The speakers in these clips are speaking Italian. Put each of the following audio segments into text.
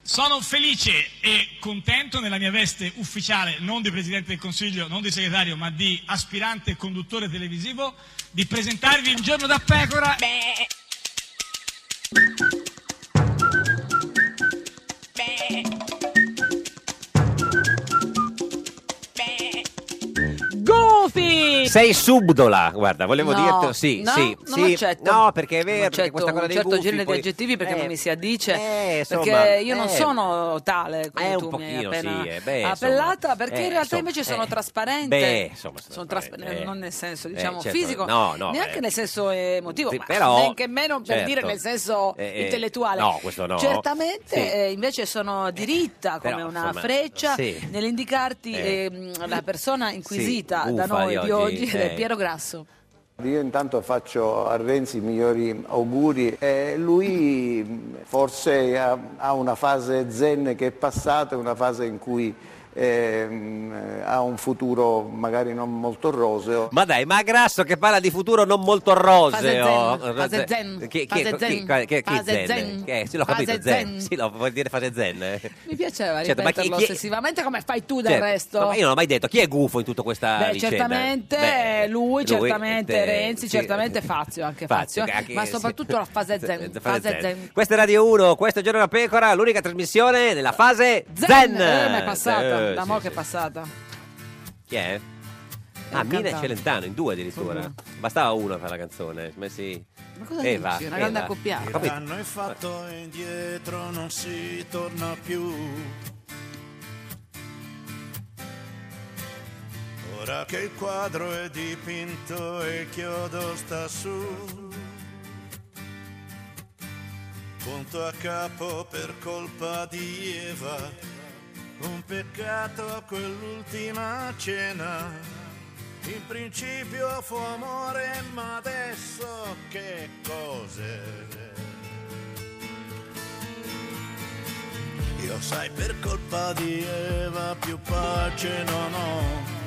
Sono felice e contento nella mia veste ufficiale, non di Presidente del Consiglio, non di segretario, ma di aspirante conduttore televisivo, di presentarvi Un giorno da pecora. Goofy! Sei subdola, guarda, volevo dirtelo, sì, no, sì, non sì. accetto. No, perché è vero, Non perché accetto questa cosa un dei certo gufi, genere poi- di aggettivi perché non mi si addice, insomma, perché io non sono tale come un tu mi hai pochino, appena sì, beh, appellata, insomma, perché in realtà insomma, invece sono trasparente. beh, insomma, sono trasparente, non nel senso diciamo certo, fisico, no, neanche nel senso emotivo, sì, ma però, neanche meno per certo, dire nel senso intellettuale. no, questo no. Certamente Sì. invece sono diritta come però, una insomma, freccia sì. nell'indicarti la persona inquisita Sì, da gufa noi di oggi, eh. Piero Grasso. Io intanto faccio a Renzi i migliori auguri e lui forse ha una fase zen che è passata, una fase in cui ha un futuro magari non molto roseo. Ma dai, ma Grasso che parla di futuro non molto roseo. Fase zen, Chi fase zen, fase zen, sì, l'ho capito, fase zen. zen. Sì, vuol dire fase zen. Mi piaceva Certo, ma ripeterlo ossessivamente come fai tu del Certo, resto. no, ma io non ho mai detto chi è gufo in tutta questa Beh, vicenda. certamente Beh, lui, certamente Renzi, sì. certamente Fazio, anche Fazio, ma soprattutto la fase zen. Fase zen. Questa è Radio 1, questo è Giorno da Pecora, l'unica trasmissione della fase zen. Ma è passata, da mo' che è sì. passata. Chi è? un Mina e cantante. Celentano, in due addirittura. Come? Bastava uno per la canzone. Ma sì. Ma cosa Eva, dici? Una grande Eva. accoppiata. Ho capito. L'anno è fatto e indietro non si torna più. Ora che il quadro è dipinto e il chiodo sta su, punto a capo per colpa di Eva. Un peccato quell'ultima cena. In principio fu amore, ma adesso che cos'è? Io sai per colpa di Eva più pace non ho.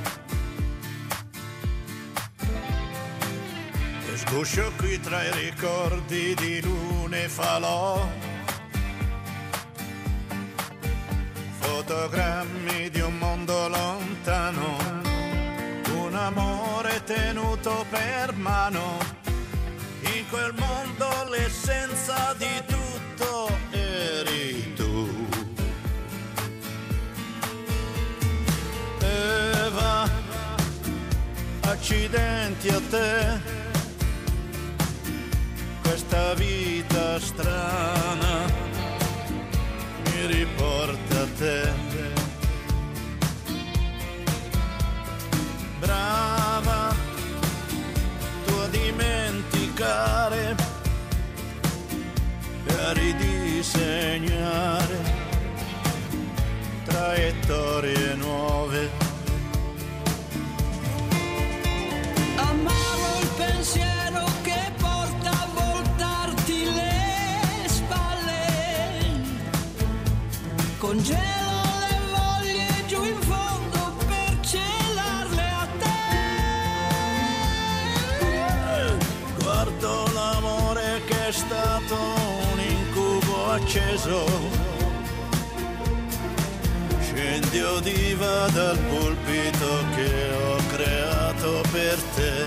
E sguscio qui tra i ricordi di lune e falò. Fotogrammi di un mondo lontano, un amore tenuto per mano. In quel mondo l'essenza di tutto eri tu. Eva, accidenti a te, questa vita strana mi riporta a te. Brava tu a dimenticare e a ridisegnare traiettorie nuove. Amavo il pensiero che porta a voltarti le spalle. Congelo le voglie giù in fondo per celarle a te. Guardo l'amore che è stato un incubo acceso. Scendi o diva dal pulpito che ho creato per te.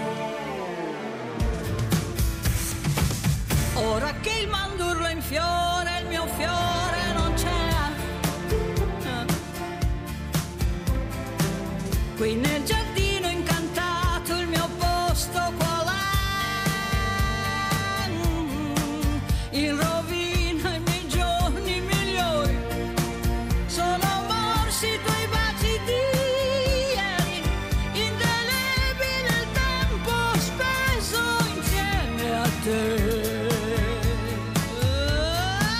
Ora che il mandorlo è in fiore, il mio fiore non c'è. Qui nel giardino incantato il mio posto qual è? In rovina i miei giorni migliori sono morsi i tuoi baci di ieri, indelebile il tempo speso insieme a te.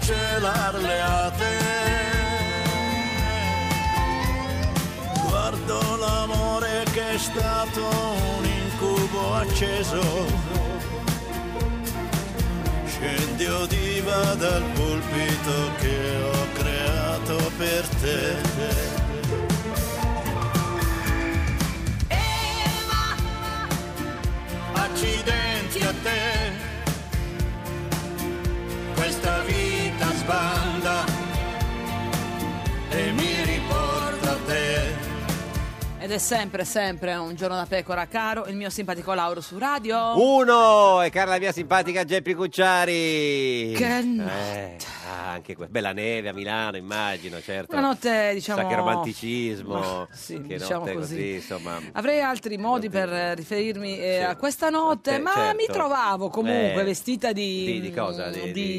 celar le ate. Guardo l'amore che è stato un incubo acceso. Scendi o diva dal pulpito che ho creato per te. Eva, accidenti a te, questa vita sbanda e mi riporta a te. Ed è sempre un giorno da pecora, caro il mio simpatico Lauro su radio. Uno, e cara la mia simpatica Geppi Cucciari. Che notte. Anche bella neve a Milano, immagino, certo. Una notte, diciamo... Sa che romanticismo. Ma, sì, che diciamo notte così. insomma. Avrei altri modi per riferirmi a questa notte, ma certo. mi trovavo comunque vestita di cosa?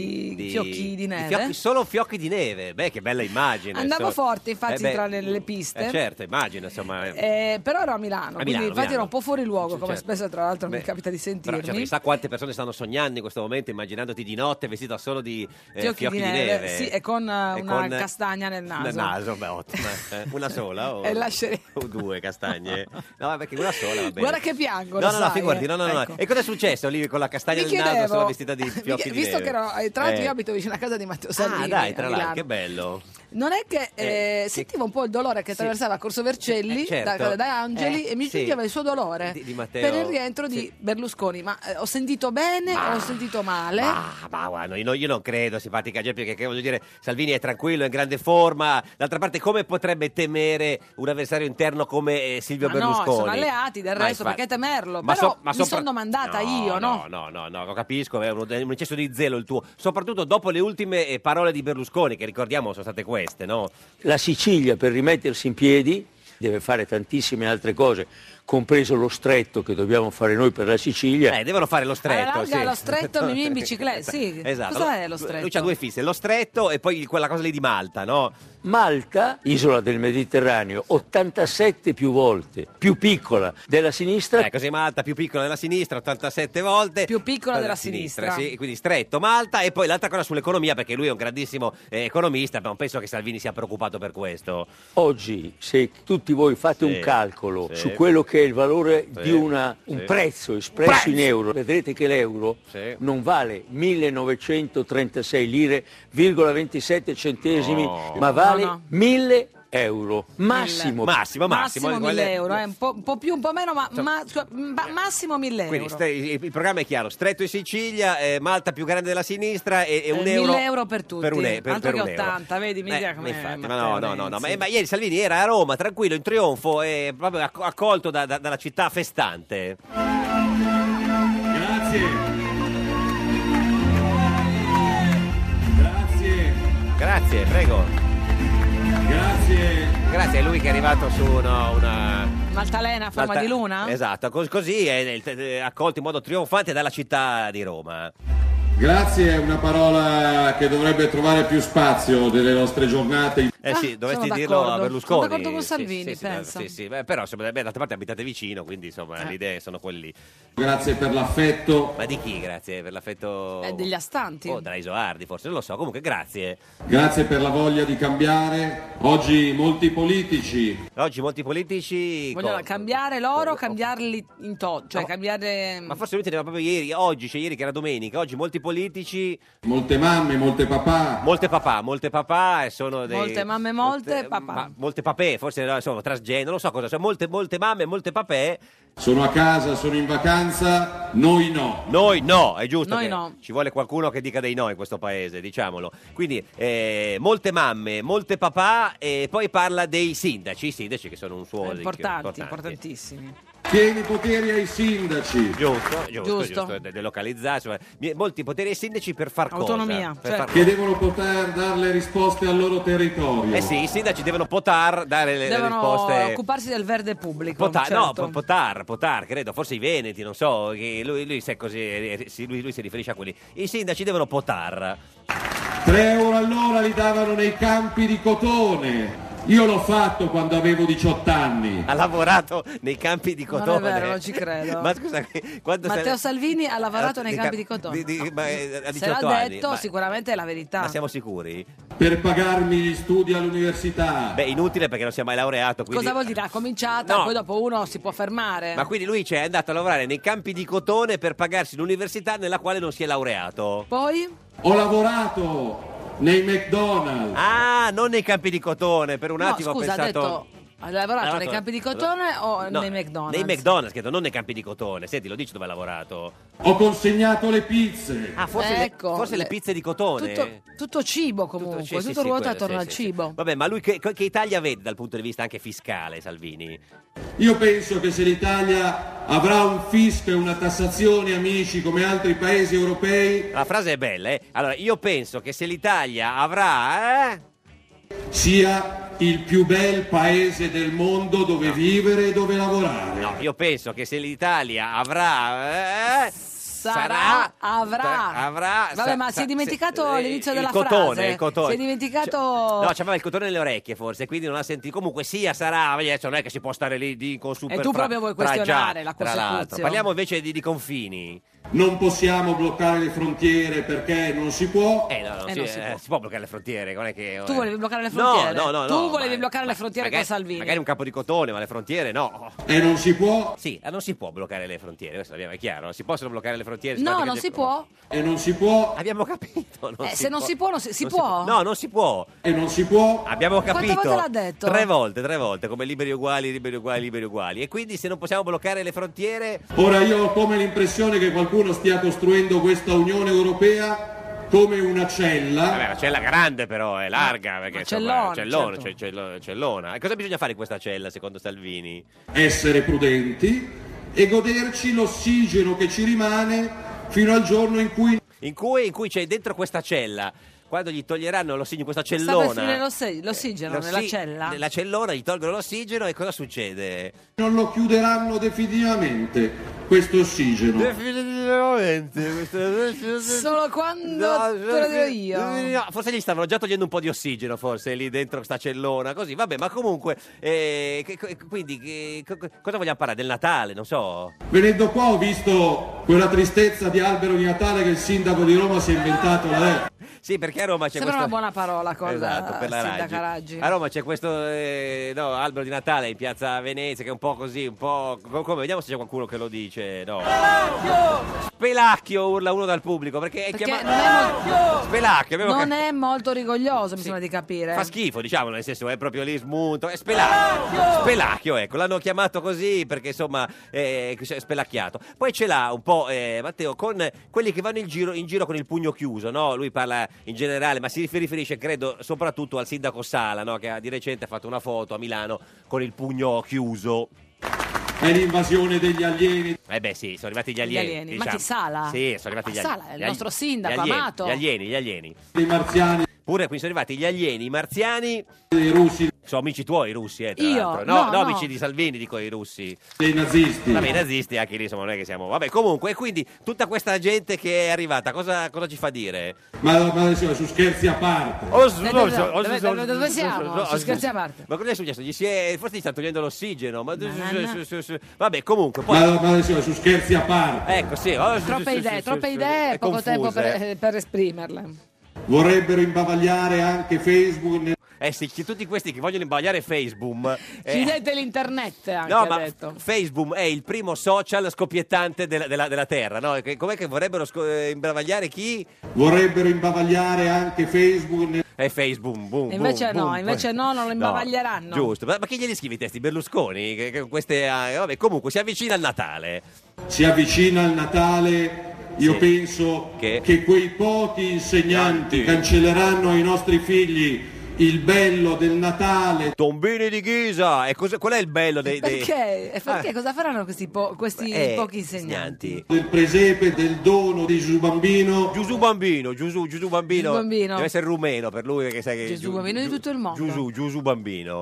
Di fiocchi di neve. Solo fiocchi di neve, beh, che bella immagine. Andavo forte, infatti, tra le piste. Certo, immagino, insomma. Però ero a Milano, quindi infatti Milano. ero un po' fuori luogo, come Certo. spesso tra l'altro mi capita di sentirmi. Però, chissà quante persone stanno sognando in questo momento, immaginandoti di notte vestita solo di fiocchi di neve. Sì, e con una castagna nel naso. Nel naso, beh, ottima. Una sola o, E lascerei... o due castagne? No, perché una sola va bene. Guarda che piango, No, sai, figurati, no. Ecco. E cosa è successo lì con la castagna Mi nel naso, chiedevo, solo vestita di fiocchi di visto neve? che ero, tra l'altro io abito vicino a casa di Matteo Salvini. Ah, dai, a tra l'altro, Milano. che bello. Non è che sentivo un po' il dolore che attraversava Corso Vercelli certo. da Angeli e mi giungeva il suo dolore di Matteo, per il rientro di Berlusconi. Ma ho sentito bene o ho sentito male? Ma guarda, io non credo, simpatica Geppi, perché voglio dire, Salvini è tranquillo, è in grande forma. D'altra parte, come potrebbe temere un avversario interno come Silvio Berlusconi? No, sono alleati del resto, perché temerlo? Però mi sono domandata io, no? No, capisco, è un eccesso di zelo il tuo, soprattutto dopo le ultime parole di Berlusconi, che ricordiamo sono state queste, no? La Sicilia, per rimettersi in piedi, deve fare tantissime altre cose, compreso lo stretto che dobbiamo fare noi per la Sicilia. Devono fare lo stretto. Lo stretto mi viene in bicicletta, sì. Esatto. Cos'è lo stretto? Lui c'ha due fisse, lo stretto e poi quella cosa lì di Malta, no? Malta, isola del Mediterraneo, 87 più volte più piccola della sinistra. Così Malta più piccola della sinistra, 87 volte più piccola della sinistra. Sì, quindi stretto Malta. E poi l'altra cosa sull'economia, perché lui è un grandissimo economista, ma non penso che Salvini sia preoccupato per questo. Oggi, se tutti voi fate un calcolo su quello che è il valore di un prezzo espresso in euro, vedrete che l'euro non vale 1936 lire,27 centesimi, ma vale 1.000 euro. Massimo 1.000 euro, un po' più, un po' meno, ma massimo 1.000 euro. Quindi il programma è chiaro: stretto in Sicilia, Malta più grande della sinistra e un euro. 1.000 euro per tutti. per Altro che un 80, euro. vedi, mica come infatti, ma ieri Salvini era a Roma, tranquillo, in trionfo, proprio accolto dalla città festante. Grazie, prego. Grazie, è lui che è arrivato su una Maltalena a forma di luna? Esatto, così è accolto in modo trionfante dalla città di Roma. Grazie è una parola che dovrebbe trovare più spazio delle nostre giornate. Sì, dovresti dirlo a Berlusconi. Sono d'accordo con Salvini, penso. Sì. Però d'altra parte abitate vicino, quindi insomma le idee sono quelle lì. Grazie per l'affetto. Ma di chi grazie per l'affetto? Degli astanti. Della Isoardi, forse, non lo so. Comunque grazie. Grazie per la voglia di cambiare. Oggi molti politici vogliono cambiare loro, cambiarli in cioè cambiare. Ma forse lui teneva proprio ieri, ieri che era domenica, oggi molti politici, molte mamme, molte papà e sono dei molte mamme, molte papà. Molte papè, forse insomma transgender, non lo so cosa, molte mamme, molte papè. Sono a casa, sono in vacanza, noi no. Noi no, è giusto noi che no. Ci vuole qualcuno che dica dei no in questo paese, diciamolo. Quindi molte mamme, molte papà, e poi parla dei sindaci, che sono un suo importantissimi. Pieni poteri ai sindaci. Giusto. Delocalizzare, molti poteri ai sindaci per far autonomia, cosa? Che devono poter dare le risposte al loro territorio. Sì, i sindaci devono poter dare le risposte. Devono occuparsi del verde pubblico. No, poter, credo, forse i veneti, non so, che lui se così, lui si riferisce a quelli. I sindaci devono poter. 3 euro all'ora li davano nei campi di cotone. Io l'ho fatto quando avevo 18 anni. Ha lavorato nei campi di cotone. Non è vero, non ci credo. Ma scusa, quando Matteo Salvini ha lavorato nei campi di cotone. ma a 18 Se l'ha anni. detto, sicuramente è la verità. Ma siamo sicuri? Per pagarmi gli studi all'università. Beh, inutile perché non si è mai laureato. Quindi... Cosa vuol dire? Ha cominciato, No. poi dopo uno si può fermare. Ma quindi lui è andato a lavorare nei campi di cotone per pagarsi l'università nella quale non si è laureato. Poi? Ho lavorato nei McDonald's. Ah, non nei campi di cotone, per un No, attimo scusa, ho pensato... ha detto... Ha lavorato nei campi di cotone o No, nei McDonald's? Nei McDonald's, credo, non nei campi di cotone. Senti, lo dici dove ha lavorato? Ho consegnato le pizze. Ah, forse, Ecco, forse le pizze di cotone. Tutto cibo comunque, Sì, tutto sì, ruota quello, attorno sì, al sì, cibo. sì. Vabbè, ma lui che Italia vede dal punto di vista anche fiscale, Salvini? Io penso che se l'Italia avrà un fisco e una tassazione, amici, come altri paesi europei, La frase è bella, eh? Allora, io penso che se l'Italia avrà... sia il più bel paese del mondo dove vivere e dove lavorare. No, io penso che se l'Italia avrà... avrà. Vabbè, ma si è dimenticato all'inizio della il cotone, frase. Il cotone. Si è dimenticato... No, c'aveva il cotone nelle orecchie forse, quindi non ha sentito. Comunque sia, sarà. Adesso non è che si può stare lì con super E tu proprio vuoi questionare la tra l'altro. Costituzione. Parliamo invece di confini. Non possiamo bloccare le frontiere perché non si può. No, non si può. si può bloccare le frontiere, non è che... Tu volevi bloccare le frontiere? No. Tu volevi ma- bloccare le frontiere magari- con Salvini? Magari un capo di cotone, ma le frontiere no. E non si può. Sì, non si può bloccare le frontiere, questo è chiaro. Non si possono bloccare le frontiere. No, non si può. E non si può. Abbiamo capito. Se non si può, non si Non può? No, non si può. E non si può. Abbiamo Quante capito. volte l'ha detto? Tre volte, come liberi uguali. E quindi se non possiamo bloccare le frontiere... Ora io ho come l'impressione che qualcuno stia costruendo questa Unione Europea come una cella. Vabbè, la cella grande però, è larga, perché insomma, cellona, cellona. E cosa bisogna fare in questa cella, secondo Salvini? Essere prudenti e goderci l'ossigeno che ci rimane fino al giorno in cui In cui c'è dentro questa cella, quando gli toglieranno l'ossigeno, questa Sta per cellona... finire l'ossigeno nella cella? Nella cellona gli tolgono l'ossigeno e cosa succede? non lo chiuderanno definitivamente questo ossigeno. Solo quando te lo dico io. No, forse gli stavano già togliendo un po' di ossigeno, forse, lì dentro sta cellona, così. Vabbè, ma comunque, quindi, cosa vogliamo parlare? Del Natale, non so. Venendo qua ho visto quella tristezza di albero di Natale che il sindaco di Roma si è inventato là. Sì, perché a Roma c'è Sembra questo... una buona parola con Esatto, per la sindaca Raggi. A Roma c'è questo albero di Natale in piazza Venezia che è un po' così, un po' come, vediamo se c'è qualcuno che lo dice. No. Spelacchio, urla uno dal pubblico, perché è chiamato non è molto... Spelacchio, Non è molto rigoglioso, mi sembra di capire. fa schifo, diciamo, nel senso è proprio lì smunto, è Spelacchio, ecco, l'hanno chiamato così perché insomma è spelacchiato. Poi ce l'ha un po' Matteo con quelli che vanno in giro con il pugno chiuso, no? Lui parla in generale, ma si riferisce credo soprattutto al sindaco Sala, no? Che di recente ha fatto una foto a Milano con il pugno chiuso. È l'invasione degli alieni. Beh sì, sono arrivati gli alieni. Ma chi, Sala? Sì, sono arrivati gli alieni. Sala è il nostro sindaco amato. Gli alieni. Dei marziani. Pure qui sono arrivati gli alieni, i marziani. Dei russi. Sono amici tuoi i russi, tra Io? l'altro. No, No. amici di Salvini, dico i russi. Dei nazisti. Vabbè, i nazisti anche lì, insomma, non è che siamo... Vabbè, comunque, quindi tutta questa gente che è arrivata, cosa ci fa dire? Ma adesso su scherzi a parte. Dove siamo? Su scherzi a parte. Ma cosa è successo? Forse gli stanno togliendo l'ossigeno. Vabbè, comunque, poi... Ma adesso su scherzi a parte. Ecco, sì. Troppe idee, poco tempo per esprimerle. Vorrebbero imbavagliare anche Facebook. Sì, tutti questi che vogliono imbavagliare Facebook. Chiudete l'internet anche, No, ha ma detto. Facebook è il primo social scoppiettante della Terra, no? Com'è che vorrebbero imbavagliare chi? Vorrebbero imbavagliare anche Facebook. Facebook, boom, Invece boom, no, boom. invece no, non lo imbabaglieranno. Giusto, ma chi glieli scrive i testi? Berlusconi? Che queste, vabbè, comunque si avvicina il Natale. Si avvicina il Natale. Io Sì. penso Che? che quei pochi insegnanti cancelleranno ai nostri figli il bello del Natale. Tombini di Ghisa! E qual è il bello dei... Perché? E perché? Cosa faranno questi pochi insegnanti? Del presepe, del dono di Gesù Bambino. Gesù Bambino. Gesù Bambino. Deve essere rumeno per lui, che sai che... Gesù Bambino di tutto il mondo. Gesù Bambino.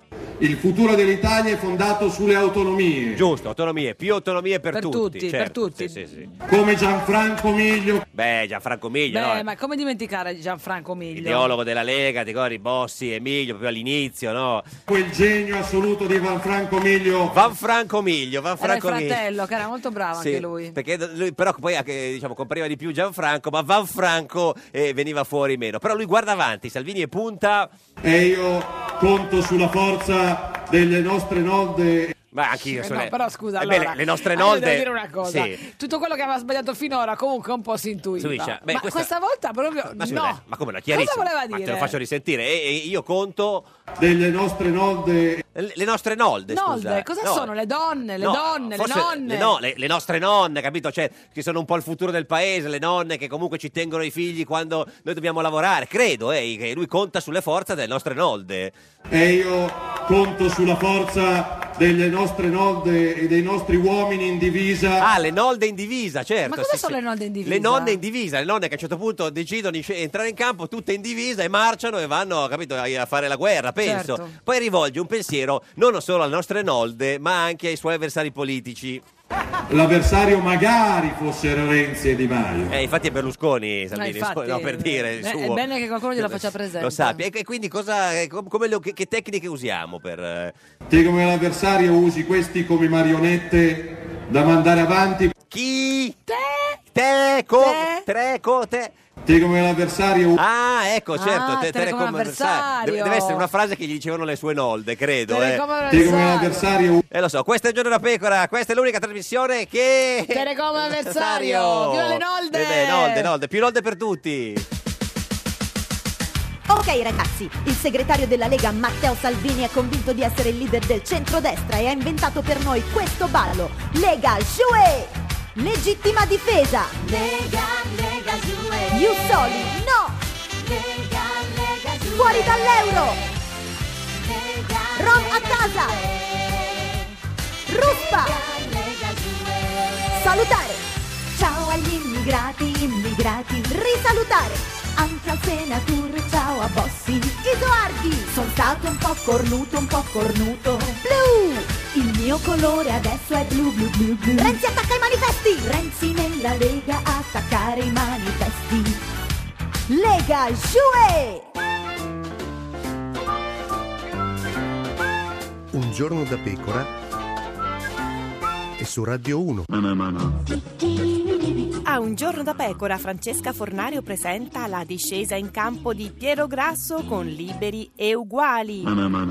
Il futuro dell'Italia è fondato sulle autonomie. Giusto, autonomie, più autonomie per tutti. Per Certo, tutti. sì. Come Gianfranco Miglio. Beh, Gianfranco Miglio, Beh, no? ma come dimenticare Gianfranco Miglio? Ideologo della Lega, ti ricordi Bossi e Miglio proprio all'inizio, no? Quel genio assoluto di Gianfranco Miglio. Gianfranco Miglio. Era il fratello, che era molto bravo Sì, anche lui. Perché lui però poi diciamo compariva di più Gianfranco, ma Vanfranco veniva fuori meno. Però lui guarda avanti, Salvini e punta. E io conto sulla forza delle nostre node. Ma anch'io sono. No, però scusa, beh, allora, le nostre devo nolde. dire una cosa. Sì. Tutto quello che aveva sbagliato finora comunque un po' si intuiva. Beh, ma questa volta proprio ma no. Ma come no? Chiarissimo. Cosa voleva Ma dire? te lo faccio risentire. E io conto Delle nostre node. le nostre nolde, scusa. Nolde, cosa No. sono? Le donne, le No, donne, le forse nonne. le nostre nonne, capito? Cioè, che sono un po' il futuro del paese, le nonne che comunque ci tengono i figli quando noi dobbiamo lavorare. Credo, che lui conta sulle forze delle nostre nolde. E io conto sulla forza delle nostre node e dei nostri uomini in divisa. Ah, le nolde in divisa, certo. Ma cosa sono le nonne in divisa? Le nonne in divisa, le nonne che a un certo punto decidono di entrare in campo tutte in divisa e marciano e vanno, capito, a fare la guerra, penso. Certo. Poi rivolge un pensiero non solo alle nostre nolde, ma anche ai suoi avversari politici. L'avversario magari fossero Renzi e Di Maio. Infatti è Berlusconi, Salvini, infatti, no, per dire il suo. È bene che qualcuno glielo faccia presente. Lo sappia. E quindi che tecniche usiamo per... Te come l'avversario usi questi come marionette da mandare avanti. Chi? Te. Te come l'avversario. Ah, ecco, certo, te come avversario. Deve essere una frase che gli dicevano le sue nolde, credo. Te Te come l'avversario. Lo so, questo è Il Giorno da Pecora, questa è l'unica trasmissione che... Te come avversario. Viva le nolde. Nolde, più nolde per tutti. Ok ragazzi, il segretario della Lega Matteo Salvini è convinto di essere il leader del centrodestra e ha inventato per noi questo ballo. Lega Joué! Legittima difesa! Lega Joué! Ius Soli, no! Lega Joué! Fuori dall'euro! Lega Rom a casa! Ruspa! Salutare! Ciao agli immigrati, risalutare! Anche al Senatur, ciao a Bossi, Isoardi. Sono stato un po' cornuto. Blu! Il mio colore adesso è blu. Renzi attacca i manifesti! Renzi nella Lega attaccare i manifesti. Lega Joué! Un giorno da pecora e su Radio 1. A Un giorno da pecora, Francesca Fornario presenta la discesa in campo di Piero Grasso con Liberi e Uguali.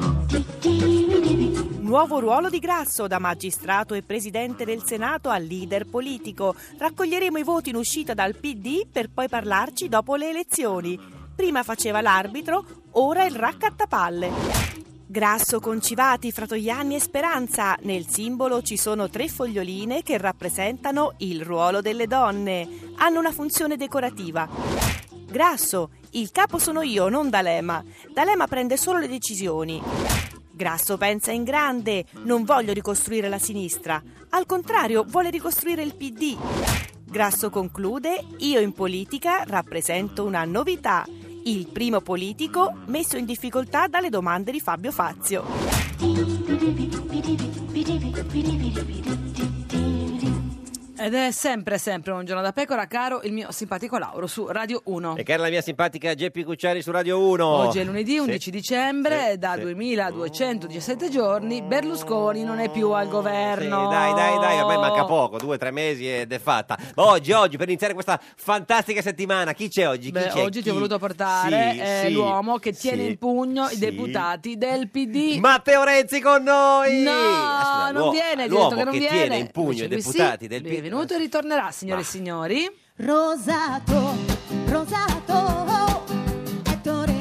Nuovo ruolo di Grasso, da magistrato e presidente del Senato a leader politico. Raccoglieremo i voti in uscita dal PD per poi parlarci dopo le elezioni. Prima faceva l'arbitro, ora il raccattapalle. Grasso con Civati, Fratoianni e Speranza. Nel simbolo ci sono 3 foglioline che rappresentano il ruolo delle donne. Hanno una funzione decorativa. Grasso, il capo sono io, non D'Alema. D'Alema prende solo le decisioni. Grasso pensa in grande, non voglio ricostruire la sinistra. Al contrario, vuole ricostruire il PD. Grasso conclude, io in politica rappresento una novità. Il primo politico messo in difficoltà dalle domande di Fabio Fazio. Ed è sempre Un giorno da pecora, caro il mio simpatico Lauro su Radio 1. E cara la mia simpatica Geppi Cucciari su Radio 1. Oggi è lunedì 11 dicembre, Sì, da sì. 2217 giorni Berlusconi non è più al governo. Sì, dai, ormai manca poco, 2-3 mesi ed è fatta. Ma oggi, per iniziare questa fantastica settimana, chi c'è oggi? Beh, oggi ti ho voluto portare Sì, l'uomo che tiene sì, in pugno i sì. deputati del PD. Matteo Renzi con noi! No, Scusa, non viene, ha detto l'uomo che non viene. tiene in pugno i Invece lui deputati sì, del lui è PD. venuto e ritornerà, signore e signori. Rosato, Ettore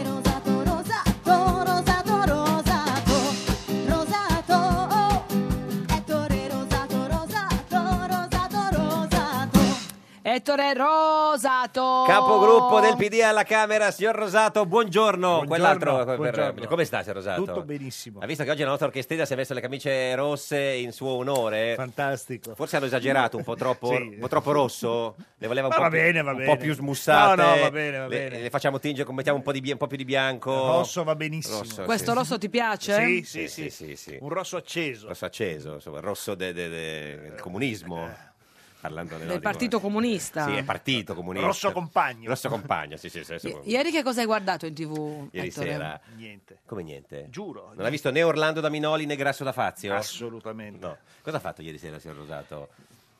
rosato, Ettore rosato. Ettore Rosato. Rosato. Capogruppo del PD alla Camera, signor Rosato, buongiorno. Quell'altro, buongiorno. come sta, signor Rosato? Tutto benissimo. Ha visto che oggi la nostra orchestrina si è messa le camicie rosse in suo onore? Fantastico. Forse hanno esagerato un po' troppo, Sì. un po' troppo rosso? Le voleva un po' Va più, bene, va un bene. po' più smussate? No, va bene, va bene. Le facciamo tingere, mettiamo un po' più di bianco? Rosso va benissimo. Rosso, Questo sì. rosso ti piace? Sì. Un rosso acceso. Rosso acceso, insomma, il rosso del comunismo. Parlando Del Partito Comunista. Sì, è Partito Comunista. Rosso compagno. Rosso compagno, sì. Ieri che cosa hai guardato in TV? Ieri Ettore? sera. Niente. Come niente? Giuro. Non ha visto né Orlando da Minoli né Grasso da Fazio? Assolutamente. No. Cosa ha fatto ieri sera, signor Rosato?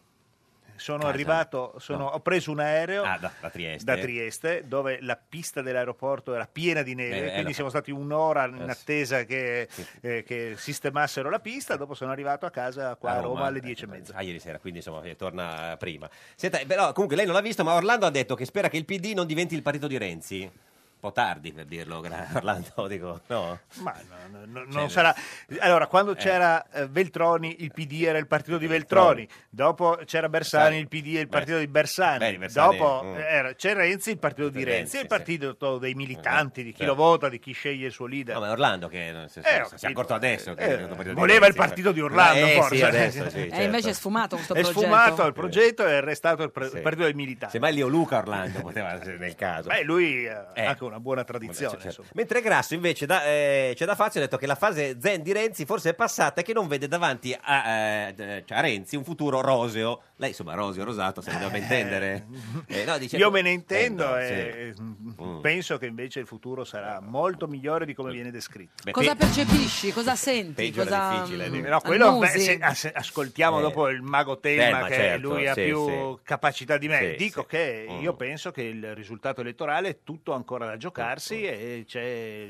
Sono Casa? arrivato, ho preso un aereo da Trieste. da Trieste, dove la pista dell'aeroporto era piena di neve, quindi siamo stati un'ora in attesa che sistemassero la pista. Dopo sono arrivato a casa qua a Roma alle 10:30. Ieri sera, quindi insomma torna prima. Senta, però, comunque lei non l'ha visto, ma Orlando ha detto che spera che il PD non diventi il partito di Renzi. Un po' tardi per dirlo, Orlando, dico, no? Ma non sarà. Allora, quando c'era Veltroni, il PD era il partito di Veltroni. Dopo c'era Bersani, il PD è il partito di Bersani. Bersani, Dopo c'è Renzi, il partito di Renzi, è il partito dei militanti, di chi lo vota, di chi sceglie il suo leader. No, ma è Orlando che si è accorto adesso. Voleva il partito di Orlando, forse. Sì, adesso, sì, E certo. invece è sfumato questo È progetto. sfumato il progetto e è restato il partito dei militanti. Semmai Leo Luca Orlando poteva essere nel caso. Beh, lui ha anche una buona tradizione. Certo. Mentre Grasso invece c'è da Fazio ha detto che la fase zen di Renzi forse è passata e che non vede davanti a Renzi un futuro roseo. Lei insomma roseo, rosato, se ne deve intendere. No, dice, Io me ne intendo sì. e penso che invece il futuro sarà molto migliore di come viene descritto. Cosa percepisci? Cosa senti? Peggio Cosa era difficile, No, quello annusi? se ascoltiamo dopo il mago Telma, che certo, lui ha sì, più sì. capacità di me. Sì, Dico sì. che io penso che il risultato elettorale è tutto ancora da giocarsi e c'è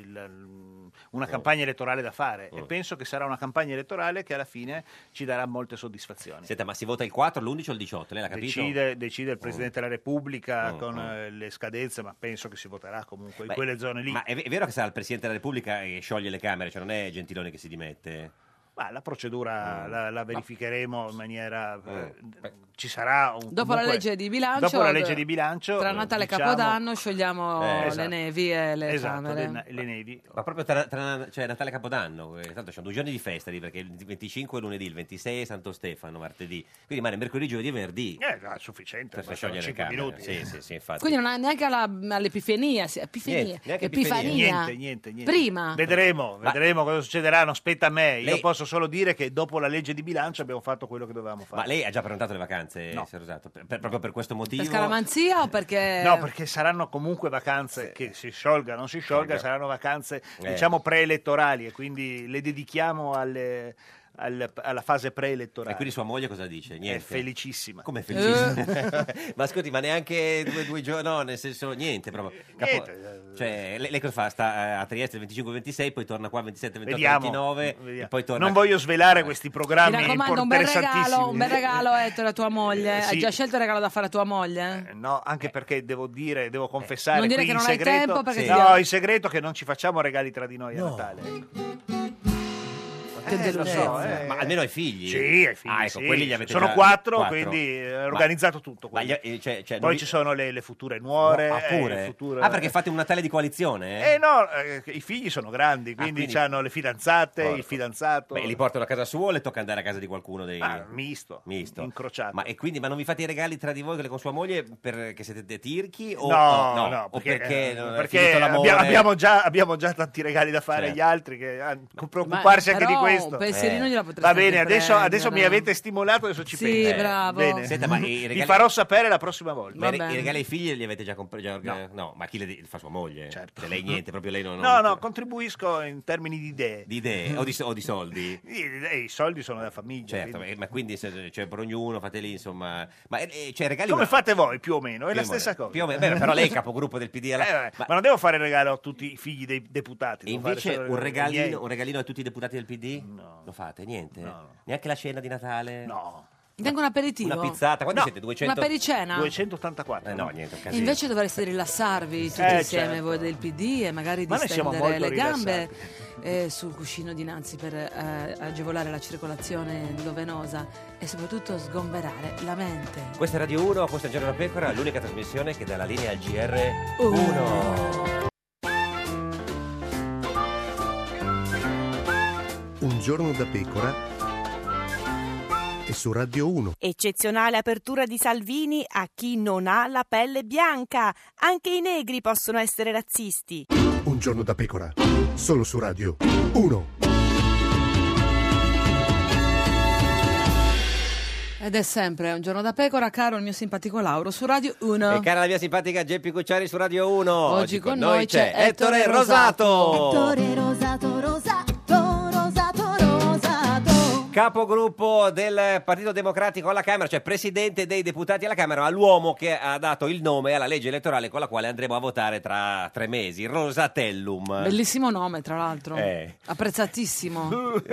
una campagna elettorale da fare e penso che sarà una campagna elettorale che alla fine ci darà molte soddisfazioni. Senta, ma si vota il 4, l'11 o il 18? Lei l'ha capito? Decide il Presidente della Repubblica con le scadenze, ma penso che si voterà comunque in quelle zone lì. Ma è vero che sarà il Presidente della Repubblica che scioglie le Camere, cioè non è Gentiloni che si dimette? Ma la procedura la verificheremo in maniera... ci sarà un... Dopo la legge di bilancio, Dopo la legge di bilancio... tra Natale e diciamo- Capodanno sciogliamo esatto. le nevi e le Esatto, Camere. le nevi. Ma proprio cioè Natale e Capodanno, tanto c'è 2 giorni di festa lì, perché il 25 è lunedì, il 26 è Santo Stefano, martedì, quindi magari mercoledì, giovedì e venerdì. No, è sufficiente, Per bastano sciogliere le 5 Camere. minuti. Sì, infatti. Quindi non ha neanche all'Epifania. Neanche Epifania. Niente. Prima. Vedremo cosa succederà, non spetta a me. Io Lei- posso solo dire che dopo la legge di bilancio abbiamo fatto quello che dovevamo fare. Ma lei ha già prenotato le vacanze, No. signor Rosato? Proprio per questo motivo? Per scaramanzia o perché... No, perché saranno comunque vacanze che si sciolga o non si sciolga, saranno vacanze diciamo preelettorali e quindi le dedichiamo alla fase preelettorale. E quindi sua moglie cosa dice? Niente. È felicissima. Come felicissima? Ma ascolti, ma neanche due giorni, no, nel senso niente proprio. Cioè, lei cosa fa? Sta a Trieste il 25-26, poi torna qua il 27-28-29 Vediamo. e poi torna... Non voglio svelare questi Mi programmi raccomando, interessantissimi. un bel regalo Ettore a tua moglie. Sì. Hai già scelto il regalo da fare a tua moglie? No, anche perché devo confessare Non dire qui che in non hai segreto, tempo perché ti- no, in segreto che non ci facciamo regali tra di noi a Natale. Che delusione. Ma almeno ai figli? Sì, ai figli. Ah, ecco, sì. quelli li avete Sono già... 4, quindi è organizzato tutto. Ma quindi. cioè, Poi non vi- ci sono le future nuore. pure? le future- Perché fate un Natale di coalizione? No, i figli sono grandi, quindi, quindi- hanno le fidanzate, Porco. il fidanzato. Beh, li portano a casa sua o le tocca andare a casa di qualcuno dei... Misto, Misto. incrociato. Ma non vi fate i regali tra di voi con sua moglie perché siete tirchi? O, No, o perché non è finito l'amore? abbiamo già tanti regali da fare Certo. agli altri che preoccuparsi anche di però questo. un pensierino gliela potresti Va bene, anche adesso mi prendere. avete stimolato, adesso ci Sì, penso. bravo. Bene. Senta, ma i Vi regali... farò sapere la prossima volta. Ma Va i bene. regali ai figli li avete già comprati? No, ma chi le fa sua moglie? Certo. Cioè, lei niente, proprio lei non... No, contribuisco in termini di idee. Di idee o di soldi? I soldi sono da famiglia. Certo, quindi. ma quindi cioè, per ognuno fate lì, insomma... Ma cioè, regali... Come fate voi più o meno? È Più la o stessa meno. cosa. Più o meno. Beh, però lei è capogruppo del PD ma non devo fare il regalo a tutti i figli dei deputati. E devo fare invece solo un i miei. regalino a tutti i deputati del PD? No. Lo fate? Niente? No. Neanche la scena di Natale? No. Tengo un aperitivo. Una pizzata, quanti siete? 200? Una pericena. 284. No, niente, un casino. Invece dovreste rilassarvi tutti insieme, certo. voi del PD, e magari Ma noi siamo distendere molto le gambe sul cuscino dinanzi per agevolare la circolazione endovenosa e soprattutto sgomberare la mente. Questa è Radio 1, questo è Giorno da Pecora, l'unica trasmissione che dà la linea al GR1. Un giorno da pecora e su Radio 1. Eccezionale apertura di Salvini a chi non ha la pelle bianca. Anche i negri possono essere razzisti. Un giorno da pecora, solo su Radio 1. Ed è sempre un giorno da pecora, caro il mio simpatico Lauro su Radio 1. E cara la mia simpatica Geppi Cucciari su Radio 1. Oggi con noi c'è Ettore Rosato. Ettore Rosato, Rosato, Rosato, Rosato. Capogruppo del Partito Democratico alla Camera, cioè presidente dei deputati alla Camera, ma l'uomo che ha dato il nome alla legge elettorale con la quale andremo a votare tra 3 mesi, Rosatellum. Bellissimo nome, tra l'altro. Apprezzatissimo.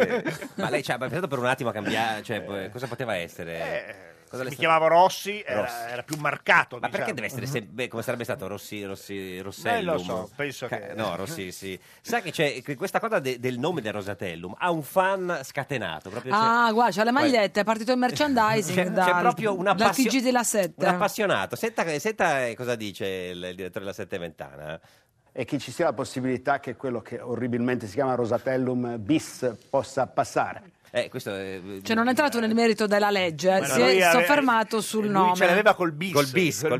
Ma lei ci ha pensato per un attimo a cambiare, cioè cosa poteva essere? Mi chiamavo Rossi, era più marcato. Ma diciamo. perché deve essere sempre, come sarebbe stato Rossellum? Lo so, penso che... No, Rossi, sì. Sa che c'è questa cosa del nome del Rosatellum, ha un fan scatenato. Proprio Guarda, c'ha le magliette, è partito il merchandising c'è proprio una dal TG della 7. Un appassionato. Senta cosa dice il direttore della 7 Ventana. E che ci sia la possibilità che quello che orribilmente si chiama Rosatellum bis possa passare. Questo è... Cioè non è entrato nel merito della legge, si è soffermato sul nome. Lui ce l'aveva col bis. Col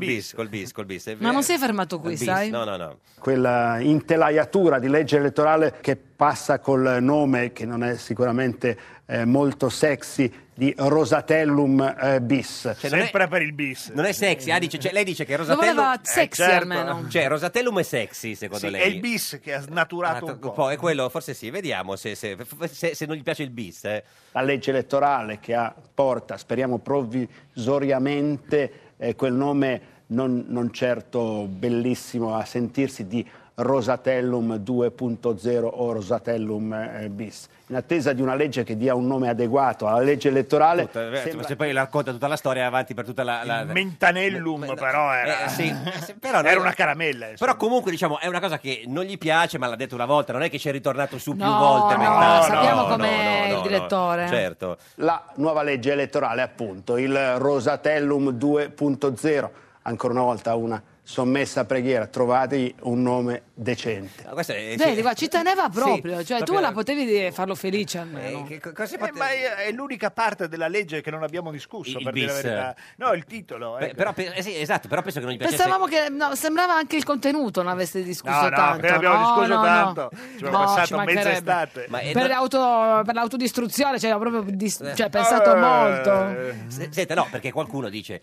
bis. Ma non si è fermato qui, sai? No. Quella intelaiatura di legge elettorale che passa col nome, che non è sicuramente molto sexy, di Rosatellum bis. Cioè, sempre per il bis. Non è sexy, lei dice che Lo Rosatellum... voleva sexy certo. almeno. Cioè Rosatellum è sexy secondo lei? È il bis che ha snaturato un po'. È quello, forse sì, vediamo se non gli piace il bis. La legge elettorale che porta, speriamo provvisoriamente, quel nome non certo bellissimo a sentirsi, di Rosatellum 2.0 o Rosatellum bis. In attesa di una legge che dia un nome adeguato alla legge elettorale. Se poi racconta tutta la storia avanti per tutta la... Mentanellum però era... però era una caramella. Insomma. Però comunque diciamo è una cosa che non gli piace, ma l'ha detto una volta, non è che ci è ritornato su più No, volte. sappiamo com'è il direttore. Certo. La nuova legge elettorale, appunto, il Rosatellum 2.0, ancora una volta una sommessa preghiera, trovategli un nome decente. Vedi, qua ci teneva proprio, Sì, cioè proprio- tu la potevi farlo felice almeno. Ma è l'unica parte della legge che non abbiamo discusso, per dire la bis. verità. No, il titolo. Sì, esatto, però penso che non gli piacesse... Pensavamo che sembrava anche il contenuto non aveste discusso tanto. che ne abbiamo discusso tanto. Ci abbiamo No, passato ci mezza mancherebbe. estate. Per l'autodistruzione, cioè proprio pensato molto. Senta, no, perché qualcuno dice,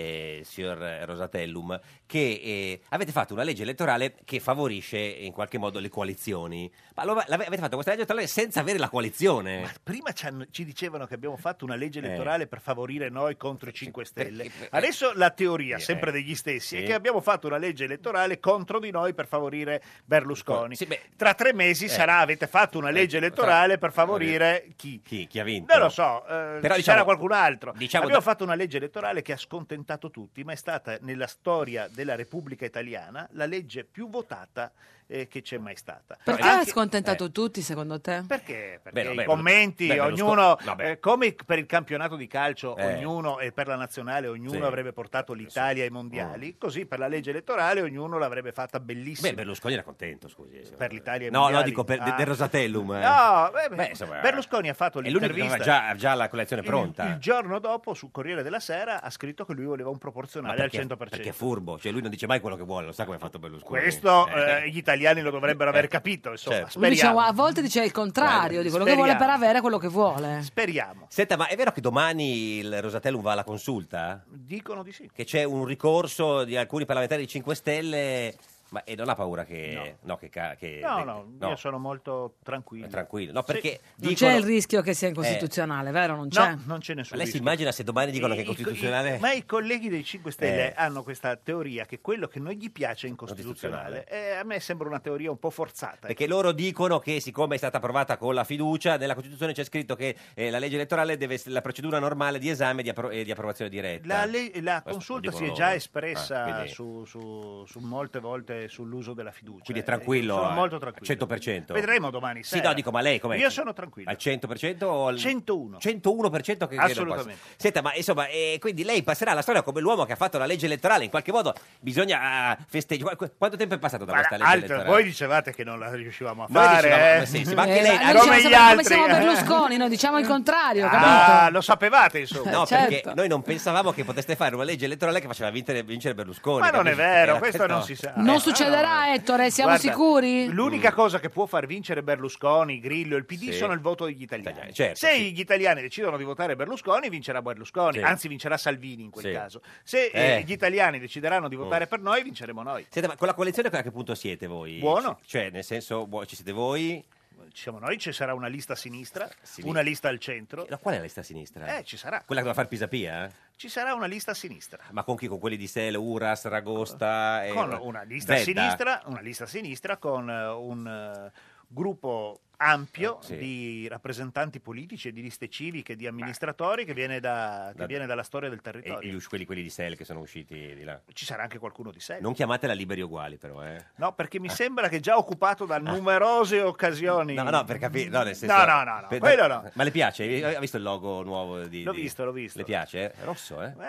signor Rosatellum, che avete fatto una legge elettorale che favorisce in qualche modo le coalizioni. Ma avete fatto questa legge elettorale senza avere la coalizione. Ma prima ci dicevano che abbiamo fatto una legge elettorale per favorire noi contro i 5 Stelle. Adesso la teoria, sempre degli stessi, è che abbiamo fatto una legge elettorale contro di noi per favorire Berlusconi. Tra 3 mesi sarà avete fatto una legge elettorale per favorire chi? Chi ha vinto? Non lo so, Però, ci diciamo- sarà qualcun altro. diciamo Abbiamo fatto una legge elettorale che ha scontentato tutti, ma è stata nella storia della Repubblica Italiana la legge più votata che c'è mai stata. Perché ha scontentato tutti, secondo te? Perché Beh, i commenti, Berlusconi- ognuno, vabbè. come per il campionato di calcio, ognuno, e per la nazionale, ognuno Sì. avrebbe portato l'Italia ai mondiali, così per la legge elettorale ognuno l'avrebbe fatta bellissima. Beh, Berlusconi era contento, scusi. Per l'Italia ai No, mondiali. dico del Rosatellum. No, insomma, Berlusconi ha fatto è l'unico che l'intervista. aveva già la collezione pronta. Il giorno dopo, sul Corriere della Sera, ha scritto che lui voleva un proporzionale al 100%. Perché è furbo, cioè lui non dice mai quello che vuole, lo sa come ha fatto Berlusconi. Questo gli italiani lo dovrebbero aver capito, insomma. Certo. Lui Speriamo. a volte dice il contrario di quello che vuole per avere quello che vuole. Speriamo. Senta, ma è vero che domani il Rosatellum va alla consulta? Dicono di sì. Che c'è un ricorso di alcuni parlamentari di 5 Stelle Ma e non ha paura che... No, che No, io sono molto tranquillo. Tranquillo. No, perché Non c'è il rischio che sia incostituzionale, vero? Non c'è? No, non c'è nessun Ma lei si rischio. immagina se domani dicono che è costituzionale? Ma i colleghi dei 5 Stelle hanno questa teoria che quello che non gli piace è incostituzionale. A me sembra una teoria un po' forzata. Perché loro dicono che siccome è stata approvata con la fiducia, nella Costituzione c'è scritto che la legge elettorale deve essere la procedura normale di esame e di approvazione diretta. La consulta si è già espressa quindi- su molte volte sull'uso della fiducia. Quindi è tranquillo, Sono molto tranquillo. 100%. Vedremo domani Sì, sera. no, dico, ma lei com'è? Io sono tranquillo. Al 100% o al 101? 101% che Assolutamente. Senta, ma insomma, quindi lei passerà alla storia come l'uomo che ha fatto la legge elettorale. In qualche modo bisogna festeggiare. Quanto tempo è passato da questa legge elettorale? Voi dicevate che non la riuscivamo a Noi fare. dicevamo, sì, ma anche lei... Noi come diciamo gli come altri. siamo Berlusconi, noi diciamo il contrario, capito? Ah, lo sapevate, insomma. No, Certo. perché noi non pensavamo che poteste fare una legge elettorale che faceva vincere Berlusconi. Ma non è capito? vero, Era questo non si sa. Non succederà, Ettore, siamo Guarda, sicuri? L'unica cosa che può far vincere Berlusconi, Grillo e il PD Sì. sono il voto degli italiani. certo, Se sì. gli italiani decidono di votare Berlusconi, vincerà Berlusconi, Sì. anzi vincerà Salvini in quel Sì. caso. Se gli italiani decideranno di votare per noi, vinceremo noi. Senta, ma con la coalizione a che punto siete voi? Buono. Cioè, nel senso, ci siete voi? Ci siamo noi, ci sarà una lista a sinistra, una lista al centro. Qual è la lista a sinistra? Ci sarà. Quella che va a fare Pisapia? Ci sarà una lista a sinistra. Ma con chi? Con quelli di Sele, Uras, Ragosta? Con una lista a Zedda? sinistra con un gruppo ampio Sì. di rappresentanti politici e di liste civiche, di amministratori che viene dalla storia del E territorio. quelli di Sele che sono usciti di là. Ci sarà anche qualcuno di sé. Non chiamatela Liberi Uguali, però, No, perché mi sembra che già occupato da numerose occasioni. No, per capire, no, nel senso... No, quello no. Ma le piace? Ha visto il logo nuovo L'ho visto. Le piace? È rosso, eh?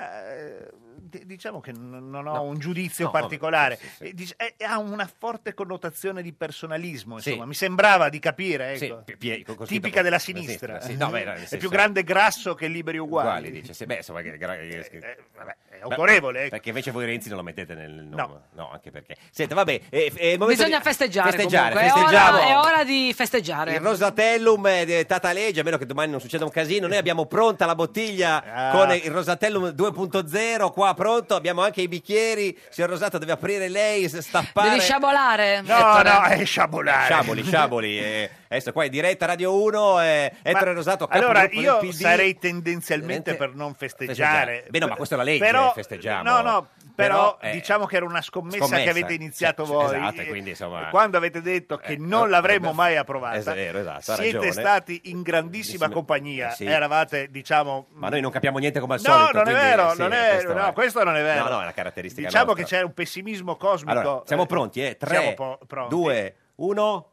Diciamo che non ho un giudizio No, vabbè, particolare. sì. Ha una forte connotazione di personalismo, Sì. insomma. Mi sembrava di capire, ecco. Sì, con scritto- Tipica della sinistra. Sì, no, beh, nel È senso- più grande Grasso che Liberi Uguali. dice. Sì, beh, insomma, Vabbè, è autorevole. Ecco. Perché invece voi Renzi non lo mettete nel nome. No, anche perché. Senta, vabbè, è il momento Bisogna di- festeggiare, festeggiare, comunque. festeggiamo. È ora di festeggiare. Il Rosatellum è Tataleggia, a meno che domani non succeda un casino. Noi abbiamo pronta la bottiglia Ah. con il Rosatellum 2.0 qua pronto. Abbiamo anche i bicchieri. Signor Rosato, deve aprire lei, stappare. Devi sciabolare. No, è sciabolare. Sciaboli. Adesso qua in diretta Radio 1, Ettore Rosato, Allora, capogruppo io del PD. sarei tendenzialmente per non festeggiare. Beh, no, ma questa è la legge, Però, festeggiamo. No, però Però, diciamo che era una scommessa che avete iniziato voi. Esatto, e quindi insomma... Quando avete detto che non l'avremmo mai approvata, È vero, esatto, ha siete ragione. stati in grandissima compagnia. sì. Eravate, diciamo... Ma noi non capiamo niente come al No, solito. non è quindi, vero, sì, non è, questo no, questo non è vero. No, è una caratteristica Diciamo nostra. che c'è un pessimismo cosmico. Allora, siamo pronti, 3, Siamo pronti. 2, 1...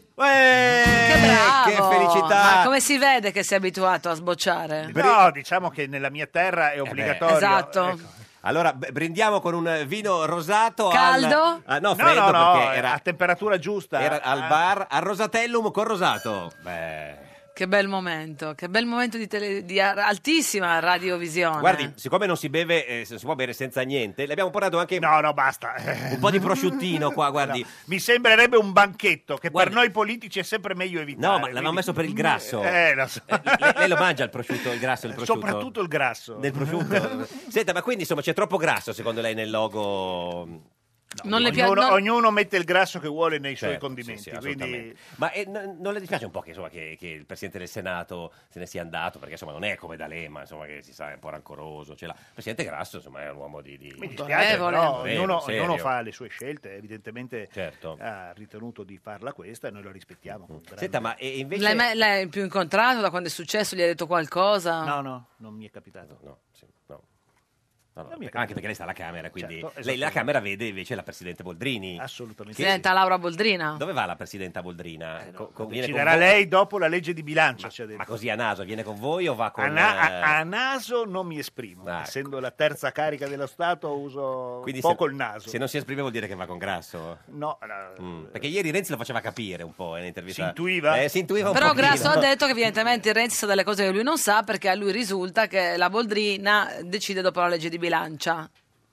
Che bravo! Che felicità! Ma come si vede che sei abituato a sbocciare? No, diciamo che nella mia terra è obbligatorio. Esatto. Ecco. Allora, brindiamo con un vino rosato. Caldo? No, freddo, no, perché era a temperatura giusta. era al bar, al Rosatellum con rosato. Beh... Che bel momento di altissima radiovisione. Guardi, siccome non si beve, non si può bere senza niente, le abbiamo portato anche No, basta. un po' di prosciuttino qua, guardi. No, mi sembrerebbe un banchetto che Guardi. per noi politici è sempre meglio evitare. No, ma l'avevamo quindi- messo per il grasso. Lo so. Lei lo mangia il prosciutto, il grasso del prosciutto? Soprattutto il grasso. Del prosciutto? Senta, ma quindi insomma c'è troppo grasso secondo lei nel logo? Non le piace. Ognuno mette il grasso che vuole nei suoi Certo, condimenti. sì, quindi... assolutamente. Ma non le dispiace un po' che, insomma, che il Presidente del Senato se ne sia andato? Perché insomma non è come D'Alema, insomma, che si sa è un po' rancoroso. Il Presidente Grasso insomma è un uomo di... Mi dispiace, però ognuno serio. fa le sue scelte, evidentemente Certo. ha ritenuto di farla questa e noi lo rispettiamo. Senta, ma invece... L'hai più incontrato da quando è successo? Gli hai detto qualcosa? No, non mi è capitato. No. Non mi è Anche perché lei sta alla Camera, quindi Certo, lei la Camera vede invece la Presidente Boldrini. Assolutamente. Presidenta Laura Boldrina? Dove va la Presidenta Boldrina? Viene Deciderà con voi? lei dopo la legge di bilancio. ci ha detto. Ma così a naso, viene con voi o va con... A naso non mi esprimo, Ah, essendo la terza carica dello Stato uso Quindi poco se, il naso. Se non si esprime vuol dire che va con Grasso? No, Perché ieri Renzi lo faceva capire un po' nell'intervista. Si intuiva? Si intuiva un Però pochino. Grasso ha detto che evidentemente Renzi sa delle cose che lui non sa, perché a lui risulta che la Boldrina decide dopo la legge di bilancia.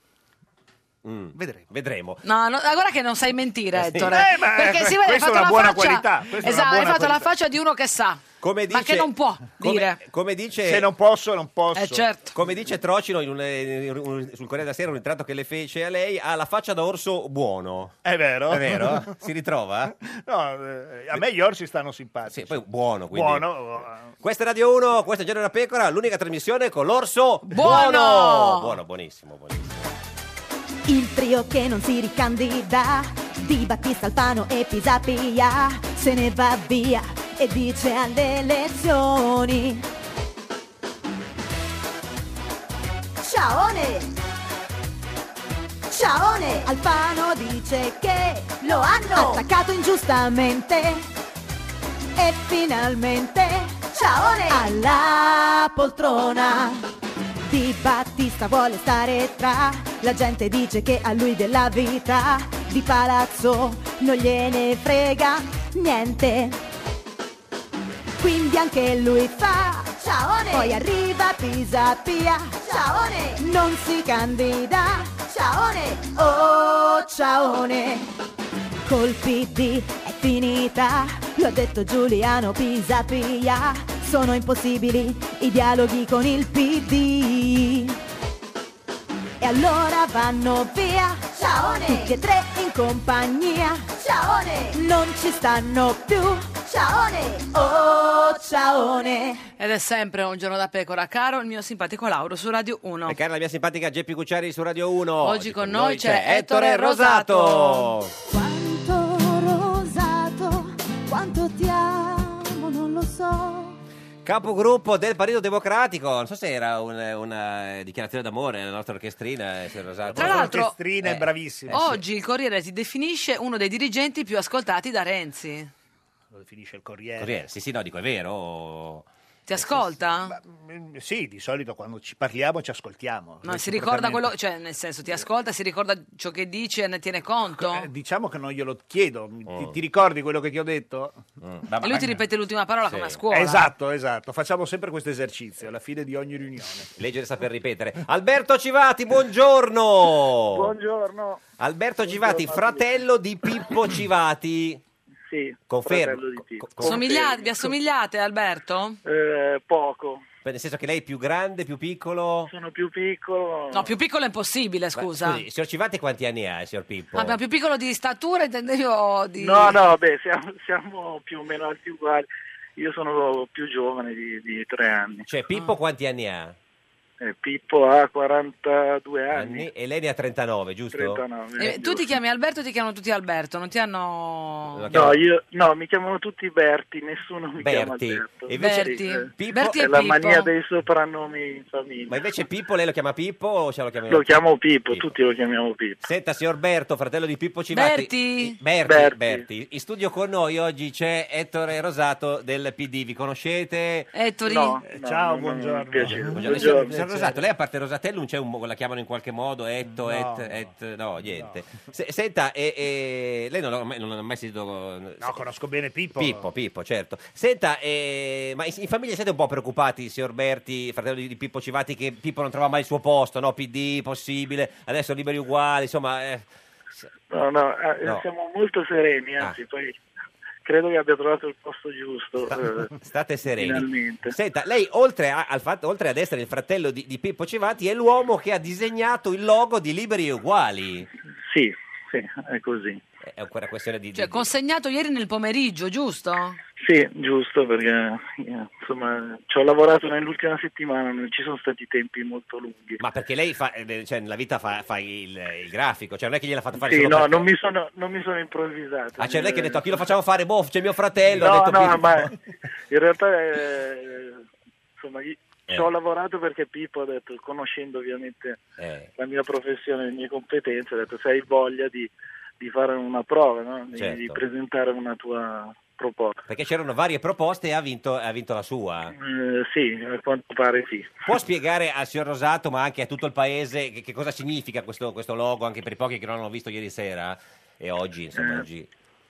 Vedremo. No, guarda che non sai mentire, Sì. Ettore. Ma perché si vede, hai questa è fatto una la buona faccia. qualità, questa è una Esatto, hai buona fatto la qualità. faccia di uno che sa. Come dice, Ma che non può dire. Come dice, Se non posso, non posso. Certo. come dice Trocino sul Corriere della Sera, un ritratto che le fece a lei, ha la faccia da orso buono. È vero? È vero? Si ritrova? No, a me gli orsi stanno simpatici. Sì, poi buono, quindi. Buono. Questa è Radio 1, questa è Giorno da Pecora, l'unica trasmissione con l'orso Buono! Buono, buonissimo, buonissimo. Il trio che non si ricandida, Di Battista, Alfano e Pisapia, se ne va via e dice alle elezioni: Ciaone! Ciaone! Alfano dice che lo hanno attaccato ingiustamente e finalmente Ciaone alla poltrona. Di Battista vuole stare tra la gente, dice che a lui della vita di palazzo non gliene frega niente, quindi anche lui fa Ciaone. Poi arriva Pisapia, Ciaone. Non si candida, Ciaone. Oh Ciaone. Col PD è finita, lo ha detto Giuliano Pisapia. Sono impossibili i dialoghi con il PD. E allora vanno via, Ciaone. Tutti e tre in compagnia, Ciaone. Non ci stanno più, Ciaone. Oh Ciaone. Ed è sempre un giorno da pecora, caro il mio simpatico Lauro su Radio 1. E cara la mia simpatica Geppi Cucciari su Radio 1. Oggi con noi c'è Ettore Rosato. Quanto rosato, quanto ti amo, non lo so. Capogruppo del Partito Democratico, non so se era una dichiarazione d'amore nella nostra orchestrina, signor Rosato. Tra l'altro, Orchestrina è bravissima. Oggi il Corriere ti definisce uno dei dirigenti più ascoltati da Renzi. Lo definisce il Corriere. Sì, no, dico, è vero. Ti ascolta? Sì, di solito quando ci parliamo ci ascoltiamo. Ma si ricorda quello, cioè nel senso ti ascolta, si ricorda ciò che dice e ne tiene conto? Diciamo che non glielo chiedo. Ti ricordi quello che ti ho detto? E lui ti ripete l'ultima parola come a scuola. Esatto. Facciamo sempre questo esercizio alla fine di ogni riunione. Leggere, saper ripetere. Alberto Civati, buongiorno. Buongiorno. Alberto Civati, fratello di Pippo Civati. Sì, Confermo. fratello di Pippo. Vi assomigliate, Alberto? Poco. Nel senso che lei è più grande, più piccolo? Sono più piccolo. No, più piccolo è impossibile, scusa. Scusi, signor Civati quanti anni ha, signor Pippo? Ma più piccolo di statura intendevi o di... No, beh, siamo più o meno alti uguali. Io sono più giovane di 3 anni. Cioè, Pippo quanti anni ha? Pippo ha 42 anni. E lei ne ha 39, giusto? 39. Tu ti chiami Alberto o ti chiamano tutti Alberto? Non ti hanno... No, mi chiamano tutti Berti, nessuno mi chiama Berti. Alberto. E invece Berti. Pippo è la mania dei soprannomi in famiglia. Ma invece Pippo lei lo chiama Pippo o ce lo chiamiamo? Lo chiamo Pippo, tutti lo chiamiamo Pippo. Senta, signor Berto, fratello di Pippo Civati. Berti. In studio con noi oggi c'è Ettore Rosato del PD. Vi conoscete? Ettore? Ciao, buongiorno. Signor Rosato, lei a parte Rosatellum la chiamano in qualche modo? No, niente. Senta, lei non ha mai sentito... No, conosco bene Pippo. Pippo, certo. Senta, ma in famiglia siete un po' preoccupati, signor Berti, fratello di Pippo Civati, che Pippo non trova mai il suo posto, no? PD, possibile, adesso liberi uguali, insomma... No, siamo molto sereni, anzi, poi... Credo che abbia trovato il posto giusto. State sereni. Finalmente. Senta, lei oltre ad essere il fratello di Pippo Civati è l'uomo che ha disegnato il logo di Liberi e Uguali. Sì, è così. È ancora questione di... Cioè, consegnato ieri nel pomeriggio, giusto? Sì, giusto, perché insomma ci ho lavorato nell'ultima settimana, non ci sono stati tempi molto lunghi. Ma perché lei nella vita fa il grafico, cioè non è che gliel'ha fatto fare Sì, solo no, perché... non mi sono improvvisato. Ah, cioè lei che ha detto a chi lo facciamo fare? Boh, c'è mio fratello, No, ha detto Pippo. ma in realtà insomma ci ho lavorato perché Pippo ha detto, conoscendo ovviamente la mia professione e le mie competenze, ha detto se hai voglia di fare una prova, no? Di presentare una tua proposta. Perché c'erano varie proposte e ha vinto la sua. Sì, a quanto pare sì. Può spiegare al signor Rosato, ma anche a tutto il paese, che cosa significa questo logo, anche per i pochi che non hanno visto ieri sera e oggi, insomma, oggi...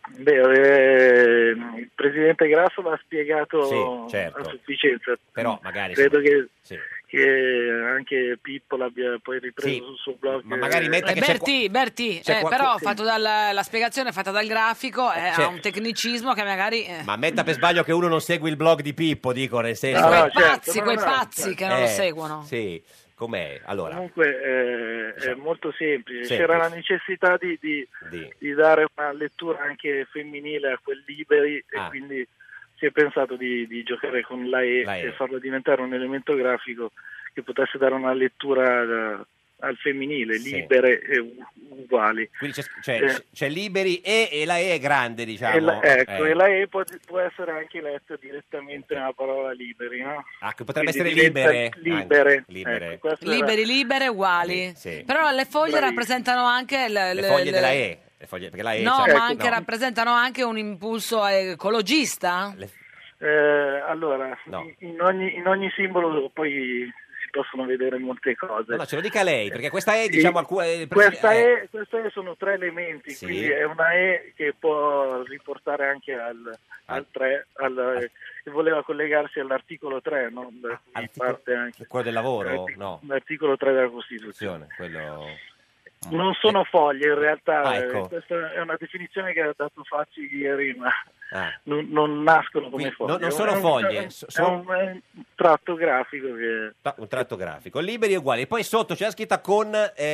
il presidente Grasso l'ha spiegato certo. a sufficienza. Però magari credo che che anche Pippo l'abbia poi ripreso Sì, sul suo blog. ma magari metta che c'è Berti, c'è però sì. fatto la spiegazione fatta dal grafico c'è- ha un tecnicismo che magari... Ma metta per sbaglio che uno non segui il blog di Pippo, dico, nel senso... quei pazzi che non lo seguono. Sì, com'è? Allora, Comunque è molto semplice. Semplice. C'era la necessità di dare una lettura anche femminile a quel Liberi e quindi si è pensato di giocare con la E e farlo diventare un elemento grafico che potesse dare una lettura al femminile, Sì. libere e uguali. quindi c'è Liberi e la E è grande, diciamo. E la E può essere anche letta direttamente nella parola liberi, no? Che potrebbe Quindi essere diventa libere. libere. Libere. Ecco, questo era- Libere, uguali. Sì. Però le foglie rappresentano anche... Le foglie della E. Perché la E No, c'ha- ma anche rappresentano anche un impulso ecologista? Allora, No. in ogni simbolo poi si possono vedere molte cose. No, ce lo dica lei, perché questa E, diciamo... Questa E sono tre elementi, Sì. quindi è una E che può riportare anche al 3, che voleva collegarsi all'articolo 3, no? Da cui parte anche quello del lavoro? No. l'articolo 3 della Costituzione. Quello... Non sono foglie in realtà, ecco. questa è una definizione che ha dato Facci ieri, ma non nascono come Quindi foglie. non sono foglie, È un tratto grafico che... Un tratto grafico. Liberi e uguali. E poi sotto c'è la scritta con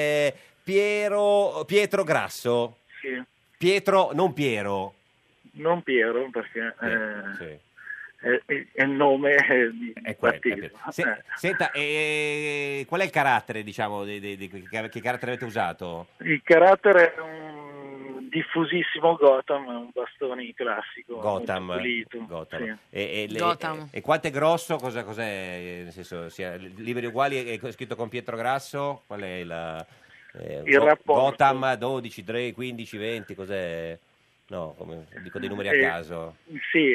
Pietro Grasso. Sì. Pietro, non Piero. Non Piero, perché sì. è il nome di partito. Senta, qual è il carattere, diciamo, che carattere avete usato? Il carattere è un diffusissimo Gotham, è un bastone classico. Gotham. molto pulito, Gotham. sì. Gotham. E quanto è grosso? Cos'è? Nel senso, liberi e uguali è scritto con Pietro Grasso? Qual è Il rapporto? Gotham 12, 3, 15, 20, cos'è? No, dico dei numeri a caso. Sì.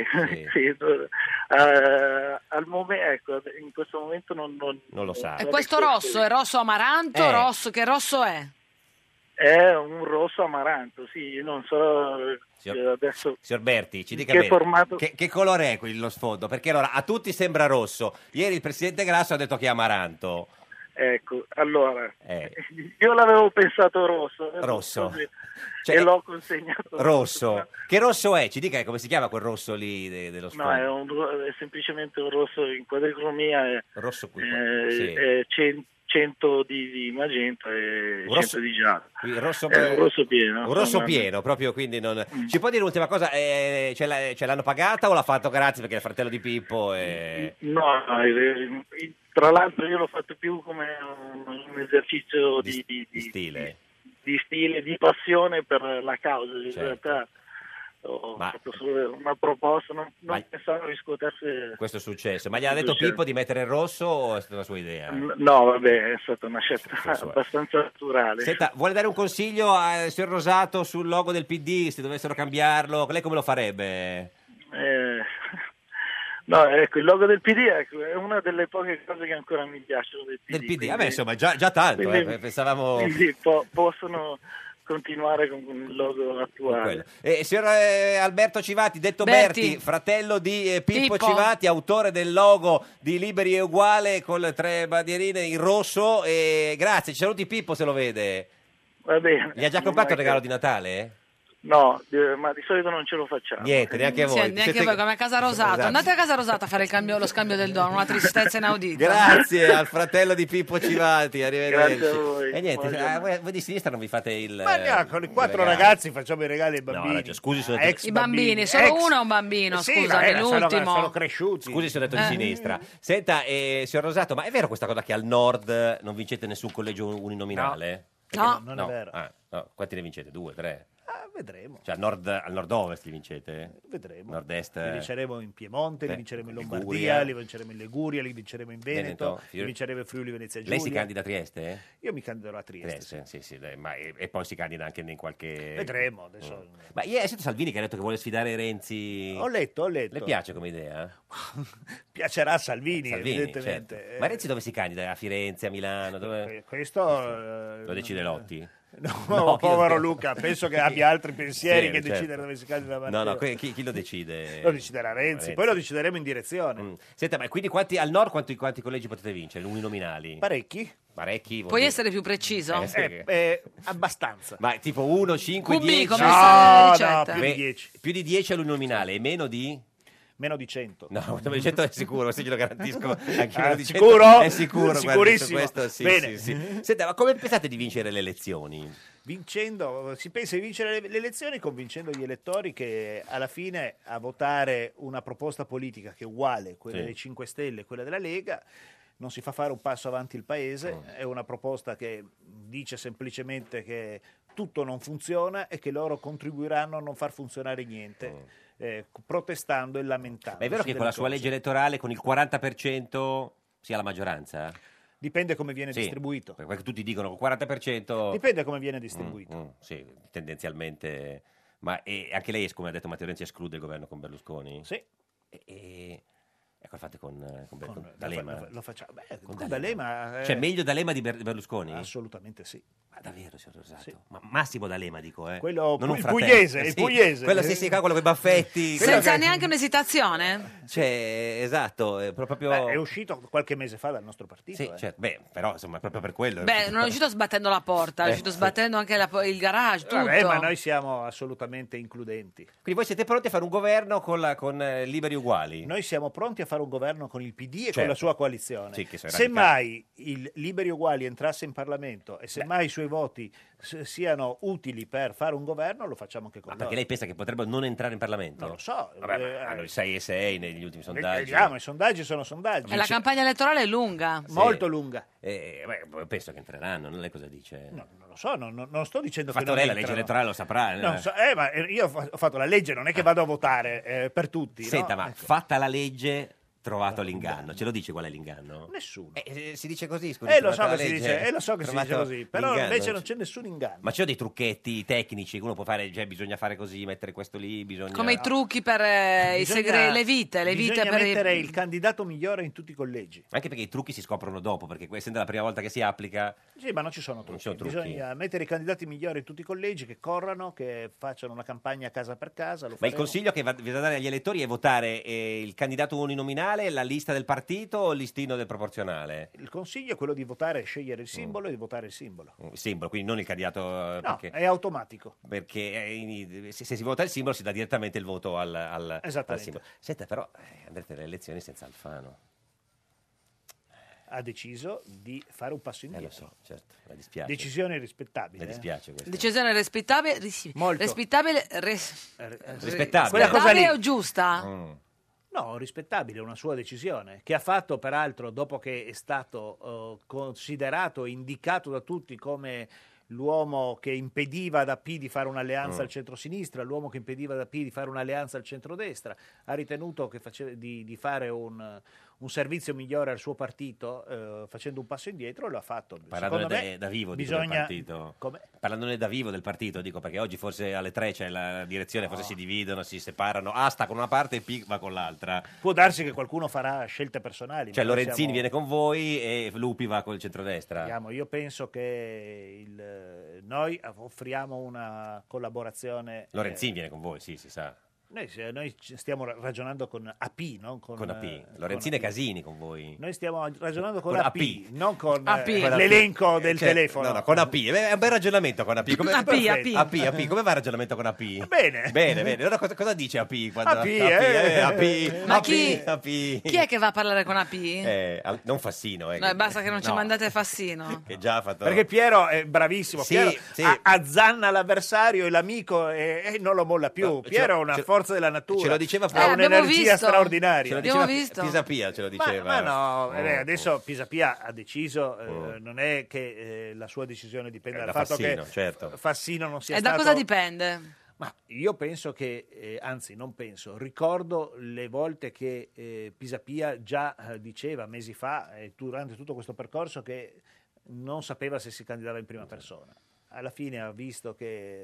Al momento, ecco, in questo momento non lo sa. E questo rosso è rosso amaranto? Rosso, che rosso è? È un rosso amaranto, sì, io non so adesso Signor Berti, ci dica che bene, formato... che colore è lo sfondo? Perché allora a tutti sembra rosso. Ieri il presidente Grasso ha detto che è amaranto. Ecco, allora, io l'avevo pensato rosso. Rosso. Così, Cioè, e l'ho consegnato rosso. Che rosso è? Ci dica come si chiama quel rosso lì dello sfondo. No, è semplicemente un rosso in quadricromia, rosso qui, è 100 di magenta e 100 di giallo. Il rosso, È un rosso pieno. Un rosso pieno, proprio, quindi non... Ci può dire l'ultima cosa? Ce l'hanno pagata o l'ha fatto gratis perché è il fratello di Pippo? No, tra l'altro io l'ho fatto più come un esercizio di stile. Di stile, di passione per la causa. In Certo. realtà ho fatto solo una proposta, non pensavo riscuotesse... Questo è successo. Ma gli ha detto Pippo di mettere il rosso o è stata una sua idea? No, vabbè, è stata una scelta abbastanza naturale. Senta, vuole dare un consiglio al signor Rosato sul logo del PD, se dovessero cambiarlo? Lei come lo farebbe? No, ecco, il logo del PD è una delle poche cose che ancora mi piacciono del PD. Del PD? Quindi, Vabbè, insomma, già tanto, pensavamo... Quindi possono continuare con il logo attuale. Signor Alberto Civati, detto Berti. Berti, fratello di Pippo Pippo. Civati, autore del logo di Liberi e Uguale con le 3 bandierine in rosso. Grazie, ci saluti Pippo se lo vede. Va bene. Gli ha già comprato il regalo di Natale? No, ma di solito non ce lo facciamo. Niente, neanche voi. Sì, neanche voi, come a Casa Rosata. Esatto. Andate a Casa Rosata a fare lo scambio del dono, una tristezza inaudita. Grazie al fratello di Pippo Civati, arrivederci. Grazie a voi. E niente, voi di sinistra non vi fate il... Ma no, con i 4 regalo. ragazzi facciamo i regali ai bambini. No, scusi se ho A detto... I bambini, solo uno è un bambino, Sì, scusami, l'ultimo. sono cresciuti. Scusi se ho detto di sinistra. Senta, signor Rosato, ma è vero questa cosa che al nord non vincete nessun collegio uninominale? No. Non è vero. No. Quanti ne vincete? 2, 3? Vedremo. Cioè al nord-ovest li vincete? Vedremo. Nord-est? Li vinceremo in Piemonte, li vinceremo in Liguria. Lombardia, li vinceremo in Liguria, li vinceremo in Veneto, li Friuli. vinceremo in Friuli Venezia Giulia. Lei si candida a Trieste? Io mi candiderò a Trieste. Sì, ma e poi si candida anche in qualche... Vedremo adesso. Ma ieri è stato Salvini che ha detto che vuole sfidare Renzi. Ho letto. Le piace come idea? Piacerà a Salvini, evidentemente. Certo. Ma Renzi dove si candida? A Firenze, a Milano? Dove... Questo lo decide Lotti? No, povero Luca, penso che abbia altri pensieri che certo. decidere dove si candida Matteo. No, chi lo decide? Lo deciderà Renzi, poi lo decideremo in direzione. Senta, ma quindi al nord quanti collegi potete vincere? Uninominali? Parecchi. Parecchi? vuol Puoi dire- essere più preciso? Abbastanza. Ma tipo 1, 5, QB, 10? come sta la ricetta? più di 10. Più di 10 all'uninominale e meno di? Meno di 100. No, meno di 100 è sicuro, se glielo garantisco. Anche meno di 100 sicuro? È sicuro, guarda, Sicurissimo. su questo, sì, Bene. sì. Senta, ma come pensate di vincere le elezioni? Vincendo, si pensa di vincere le elezioni convincendo gli elettori che alla fine a votare una proposta politica che è uguale, quella Sì. dei 5 Stelle e quella della Lega, non si fa fare un passo avanti il paese, è una proposta che dice semplicemente che tutto non funziona e che loro contribuiranno a non far funzionare niente, protestando e lamentando. Ma è vero che con la sua legge elettorale, con il 40% sia la maggioranza? Dipende come viene Sì, distribuito. Perché tutti dicono che il 40%... Dipende come viene distribuito. Sì, tendenzialmente... Ma anche lei, come ha detto Matteo Renzi, esclude il governo con Berlusconi? Sì. E cosa fate con D'Alema? Lo facciamo. Beh, Con con D'Alema. D'Alema, Cioè meglio D'Alema di Berlusconi? Assolutamente sì. Ma davvero, signor Rosato? Ma Massimo D'Alema, dico, Quello non un il fratello. pugliese, il Sì, pugliese. Quello sì, quello con i baffetti. Senza neanche un'esitazione? Cioè, esatto, proprio... Beh, è uscito qualche mese fa dal nostro partito. Sì, certo. Beh, però, insomma, proprio per quello... Beh, non è uscito sbattendo la porta, è uscito sbattendo anche il garage, tutto. Vabbè, ma noi siamo assolutamente includenti. Quindi voi siete pronti a fare un governo con Liberi Uguali? Noi siamo pronti a fare un governo con il PD e Certo. con la sua coalizione. Sì, che sono Semmai il Liberi Uguali entrasse in Parlamento e semmai i suoi voti siano utili per fare un governo, lo facciamo anche con Perché loro. lei pensa che potrebbero non entrare in Parlamento? Non lo so. Vabbè, ma hanno il 6,6 negli ultimi sondaggi. Vediamo, i sondaggi sono sondaggi. E la campagna elettorale è lunga. Molto lunga. Penso che entreranno, non lei cosa dice? No, non lo so, non sto dicendo Fatto che non lei la entrano. legge elettorale lo saprà. Non so, ma io ho fatto la legge, non è che vado a votare per tutti. Senta, no? ma fatta la legge, trovato l'inganno. Ce lo dice qual è l'inganno? Nessuno. Si dice così, scusi. Lo so trovata che la si legge, dice, lo so che si dice trovato così, però l'inganno. invece non c'è nessun inganno. Ma ci sono dei trucchetti tecnici che uno può fare, cioè bisogna fare così, mettere questo lì, bisogna... Come i trucchi per i Bisogna- segreti, le vite bisogna per mettere il candidato migliore in tutti i collegi. Anche perché i trucchi si scoprono dopo, perché essendo la prima volta che si applica... Sì, ma non ci sono trucchi. ci sono trucchi. Bisogna mettere i candidati migliori in tutti i collegi, che corrano, che facciano una campagna casa per casa. Lo Ma il faremo. consiglio che vi da dare agli elettori è votare il candidato uninominale, la lista del partito o il listino del proporzionale? Il consiglio è quello di votare, scegliere il simbolo e di votare il simbolo. Il simbolo, quindi non il candidato... No, perché, è automatico. perché se si vota il simbolo si dà direttamente il voto al Esattamente. simbolo. Senta, però andrete alle elezioni senza Alfano. Ha deciso di fare un passo indietro. Lo so, certo, mi dispiace. Decisione rispettabile. Mi dispiace questo. decisione rispettabile, Molto. rispettabile, Rispettabile. Quella cosa lì. o giusta? No, rispettabile, è una sua decisione, che ha fatto peraltro dopo che è stato considerato e indicato da tutti come l'uomo che impediva ad AP di fare un'alleanza al centro-sinistra, l'uomo che impediva ad AP di fare un'alleanza al centrodestra, ha ritenuto che di fare un servizio migliore al suo partito facendo un passo indietro e lo ha fatto. Parlandone Secondo me da vivo dico, bisogna... del partito. Come? Parlandone da vivo del partito, dico, perché oggi forse alle 3 c'è la direzione, forse No. si dividono, si separano. A sta con una parte e P va con l'altra. Può darsi che qualcuno farà scelte personali. Cioè ma noi Lorenzini siamo- viene con voi e Lupi va col centrodestra. Vediamo, io penso che noi offriamo una collaborazione. Lorenzini viene con voi, sì, si sa. Noi stiamo ragionando con AP, non con, Con AP. con Lorenzini e AP. Casini con voi. Noi stiamo ragionando con Con AP, AP. non con AP. l'elenco del Cioè, telefono. No, con AP. È un bel ragionamento con AP. Come, AP. AP. Come va il ragionamento con AP? Bene. Bene. Allora cosa dice AP? Quando... AP, AP. Ma AP, chi- AP. Chi è che va a parlare con AP? Non Fassino. No, basta che non ci no, mandate Fassino. Che già ha fatto... Perché Piero è bravissimo, Sì, Piero sì. azzanna l'avversario e l'amico e non lo molla più. No, Piero è una forza della natura, ce lo diceva ha abbiamo un'energia visto. straordinaria. Ce lo Abbiamo diceva visto. Pisapia, ce lo diceva. Ma no, Oh, adesso Pisapia ha deciso, non è che la sua decisione dipende Da dal fatto Fassino, che certo. Fassino non sia E da stato... cosa dipende? Ma io penso che, anzi non penso, ricordo le volte che Pisapia già diceva mesi fa, durante tutto questo percorso, che non sapeva se si candidava in prima persona. Alla fine ha visto che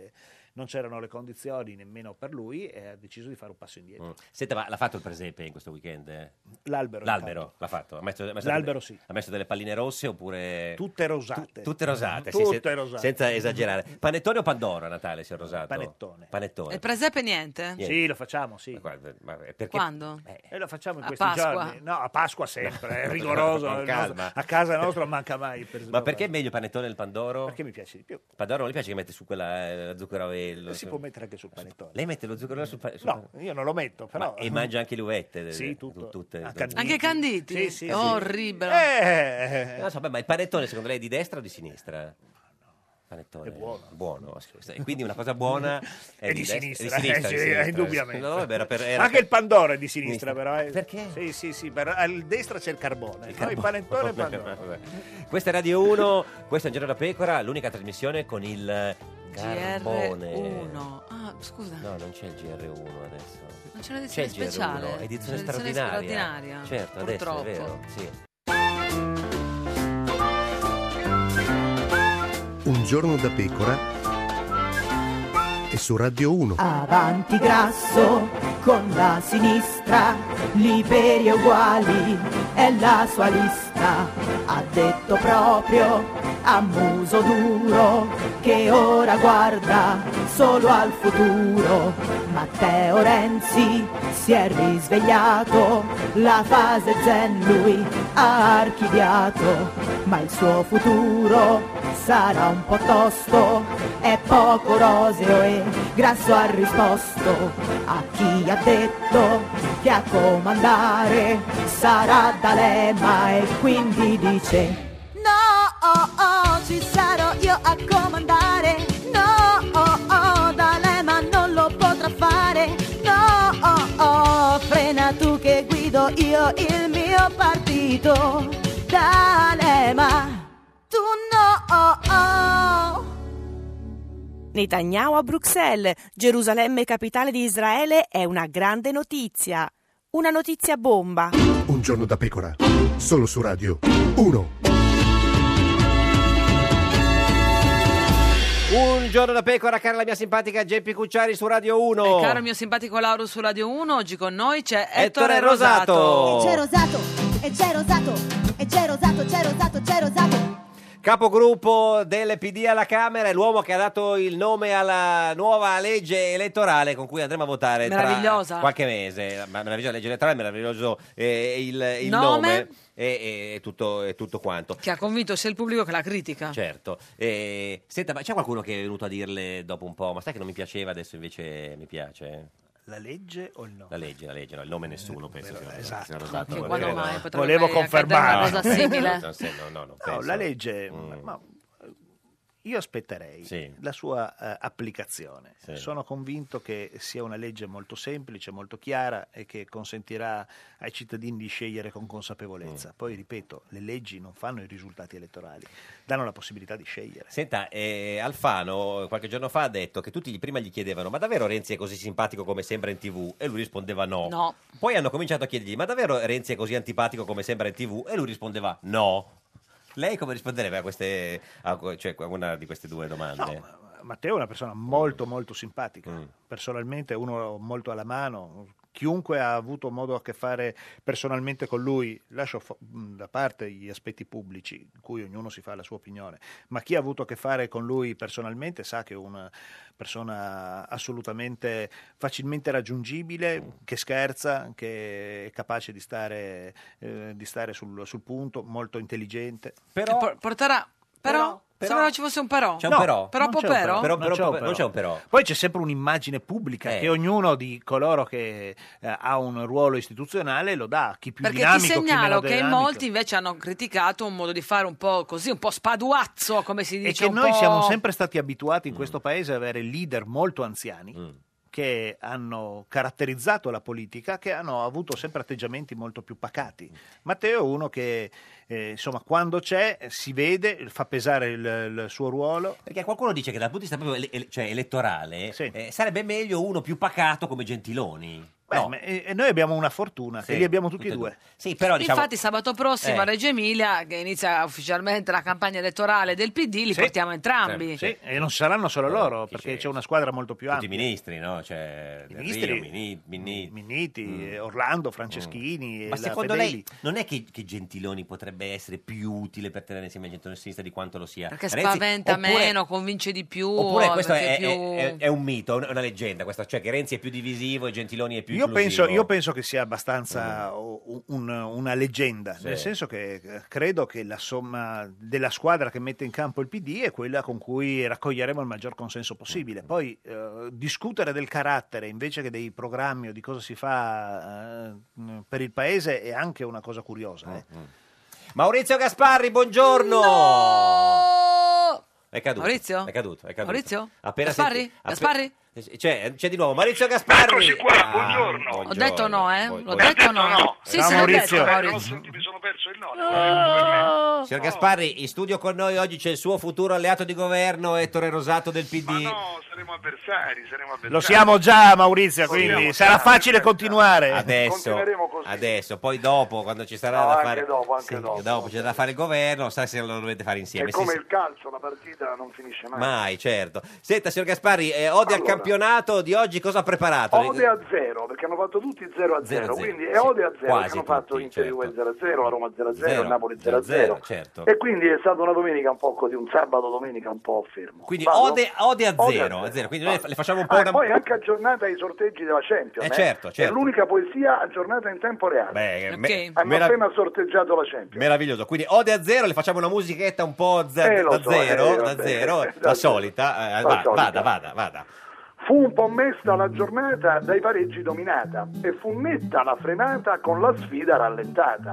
non c'erano le condizioni nemmeno per lui e ha deciso di fare un passo indietro. Senta, ma l'ha fatto il presepe in questo weekend? L'albero l'ha fatto? Ha messo L'albero sì. Ha messo delle palline rosse oppure... Tutte rosate. Tutte rosate, Tutte rosate. senza esagerare. Panettone o Pandoro a Natale si è rosato? Panettone. E il presepe niente? Sì, lo facciamo, sì. Perché... Quando? E lo facciamo in A questi Pasqua? giorni. No, a Pasqua sempre, è rigoroso. Con calma. A casa nostra manca mai il presepe. Ma perché è meglio il panettone del Pandoro? Perché mi piace di più. Pandoro non gli piace che mette su quella zucchero a vello? Si può mettere anche sul panettone. Lei mette lo zucchero sul No, io non lo metto, però... E mangia anche le uvette? Sì, tutto. Tutte. Anche i canditi? Sì, sì, sì. Orribile. Non so, ma il panettone secondo lei è di destra o di sinistra? Panettone. È buono. E quindi una cosa buona è di sinistra, di sinistra. indubbiamente. No, vabbè, era Anche il Pandoro è di sinistra, però. Perché? Sì, a destra c'è il carbone. Il panettone e il Pandoro. Questa è Radio 1, questo è Un Giorno da Pecora, l'unica trasmissione con il carbone. GR1. Ah, scusa. No, non c'è il GR1 adesso. Non c'è un'edizione speciale? GR1, edizione C'è un'edizione straordinaria. Certo, Purtroppo. adesso è vero. Sì. Un giorno da pecora e su Radio 1. Avanti Grasso con la sinistra, liberi e uguali è la sua lista. Ha detto proprio a muso duro che ora guarda solo al futuro. Matteo Renzi si è risvegliato, la fase zen lui ha archiviato, ma il suo futuro sarà un po' tosto, è poco roseo e Grasso ha risposto a chi ha detto che a comandare sarà D'Alema e quindi dice no, ci sarò io a comandare, no, D'Alema non lo potrà fare, no, frena tu che guido io il mio partito, D'Alema tu no. Netanyahu a Bruxelles, Gerusalemme capitale di Israele, è una grande notizia. Una notizia bomba. Un giorno da pecora, solo su Radio 1. Un giorno da pecora, cara la mia simpatica Geppi Cucciari su Radio 1. E caro il mio simpatico Lauro su Radio 1, oggi con noi c'è Ettore Ettore Rosato. C'è Rosato, e c'è Rosato, e c'è Rosato, c'è Rosato, c'è Rosato. Capogruppo del PD alla Camera, è l'uomo che ha dato il nome alla nuova legge elettorale con cui andremo a votare Meravigliosa. tra qualche mese. Meravigliosa legge elettorale, meraviglioso il nome e tutto quanto. Che ha convinto sia il pubblico che la critica. Certo. Senta, ma c'è qualcuno che è venuto a dirle dopo un po', ma sai che non mi piaceva, adesso invece mi piace? La legge o il nome? La legge, no, il nome nessuno, penso. Esatto. Rosato, Che quando mai potrebbe Volevo accadere confermare. una cosa simile? No, No, penso. la legge, ma io aspetterei la sua applicazione. Sì. Sono convinto che sia una legge molto semplice, molto chiara e che consentirà ai cittadini di scegliere con consapevolezza. Poi, ripeto, le leggi non fanno i risultati elettorali, danno la possibilità di scegliere. Senta, Alfano qualche giorno fa ha detto che tutti prima gli chiedevano ma davvero Renzi è così simpatico come sembra in TV? E lui rispondeva no. No. Poi hanno cominciato a chiedergli ma davvero Renzi è così antipatico come sembra in TV? E lui rispondeva no. Lei come risponderebbe a una di queste due domande? No, Matteo è una persona molto molto simpatica, personalmente uno molto alla mano. Chiunque ha avuto modo a che fare personalmente con lui, lascio da parte gli aspetti pubblici, in cui ognuno si fa la sua opinione, ma chi ha avuto a che fare con lui personalmente sa che è una persona assolutamente facilmente raggiungibile, che scherza, che è capace di stare sul punto, molto intelligente. Però sembra ci fosse un però. C'è un però. Però non c'è un però? Non c'è un però. Poi c'è sempre un'immagine pubblica che ognuno di coloro che ha un ruolo istituzionale lo dà, chi più Perché dinamico, ti chi meno segnalo che in dinamico. molti invece hanno criticato un modo di fare un po' così, un po' spaduazzo, come si E dice. che un noi po'... siamo sempre stati abituati in questo paese ad avere leader molto anziani che hanno caratterizzato la politica, che hanno avuto sempre atteggiamenti molto più pacati. Matteo è uno che insomma quando c'è si vede, fa pesare il suo ruolo. Perché qualcuno dice che dal punto di vista proprio elettorale sarebbe meglio uno più pacato come Gentiloni. E noi abbiamo una fortuna, che li abbiamo tutti e due. Sì, però Infatti sabato prossimo a Reggio Emilia, che inizia ufficialmente la campagna elettorale del PD, li portiamo entrambi. Sì, e non saranno solo loro, perché c'è una squadra molto più ampia. Tutti i ministri, no? Cioè, I Del ministri, Rio, Minniti, Orlando, Franceschini, Ma la secondo Fedeli. lei non è che Gentiloni potrebbe essere più utile per tenere insieme il centro-sinistra di quanto lo sia? Perché Renzi, spaventa oppure- meno, convince di più. Oppure questo perché è un mito, è una leggenda, questa, cioè che Renzi è più divisivo e Gentiloni è più Io inclusivo. penso che sia abbastanza una leggenda, nel senso che credo che la somma della squadra che mette in campo il PD è quella con cui raccoglieremo il maggior consenso possibile. Poi discutere del carattere invece che dei programmi o di cosa si fa per il Paese è anche una cosa curiosa. Maurizio Gasparri, buongiorno! È caduto. Maurizio? È caduto. Maurizio? Appena Gasparri? senti- Gasparri? C'è di nuovo Maurizio Gasparri. Eccoci qua, buongiorno. Ho detto no, eh? L'ho buongiorno. detto no. Sì, Ciao, sì, l'ho Maurizio. detto, Non ho Maurizio. sentito, mi sono perso il nome. Signor Gasparri, in studio con noi oggi c'è il suo futuro alleato di governo, Ettore Rosato del PD. No, saremo avversari. Lo siamo già, Maurizio, Lo quindi siamo sarà già, facile continuare. Adesso, poi dopo, quando ci sarà No, da anche fare dopo, anche dopo. c'è da fare il governo, sa se lo dovete fare È insieme. come Sì, il calcio, la partita non finisce mai. mai, certo. Senta, signor Gasparri, ode al campionato di oggi, cosa ha preparato? Ode a 0, perché hanno fatto tutti 0-0, 0-0, quindi sì. è ode a 0, Quasi perché hanno fatto tutti, Inter Juve 0-0, la Roma 0-0, Zero, il Napoli 0-0, 0-0, certo. e quindi è stata una domenica un po' così, un sabato-domenica un po' fermo. Quindi Vado? ode a 0, quindi noi le facciamo un po' una... Poi anche aggiornata ai sorteggi della Champions, certo. è l'unica poesia aggiornata in tempo reale. Beh, hanno appena sorteggiato la Champions. meraviglioso. Quindi ode a 0, le facciamo una musichetta un po' da zero, la solita. Vada. Fu un po' mesta la giornata dai pareggi dominata e fu netta la frenata con la sfida rallentata.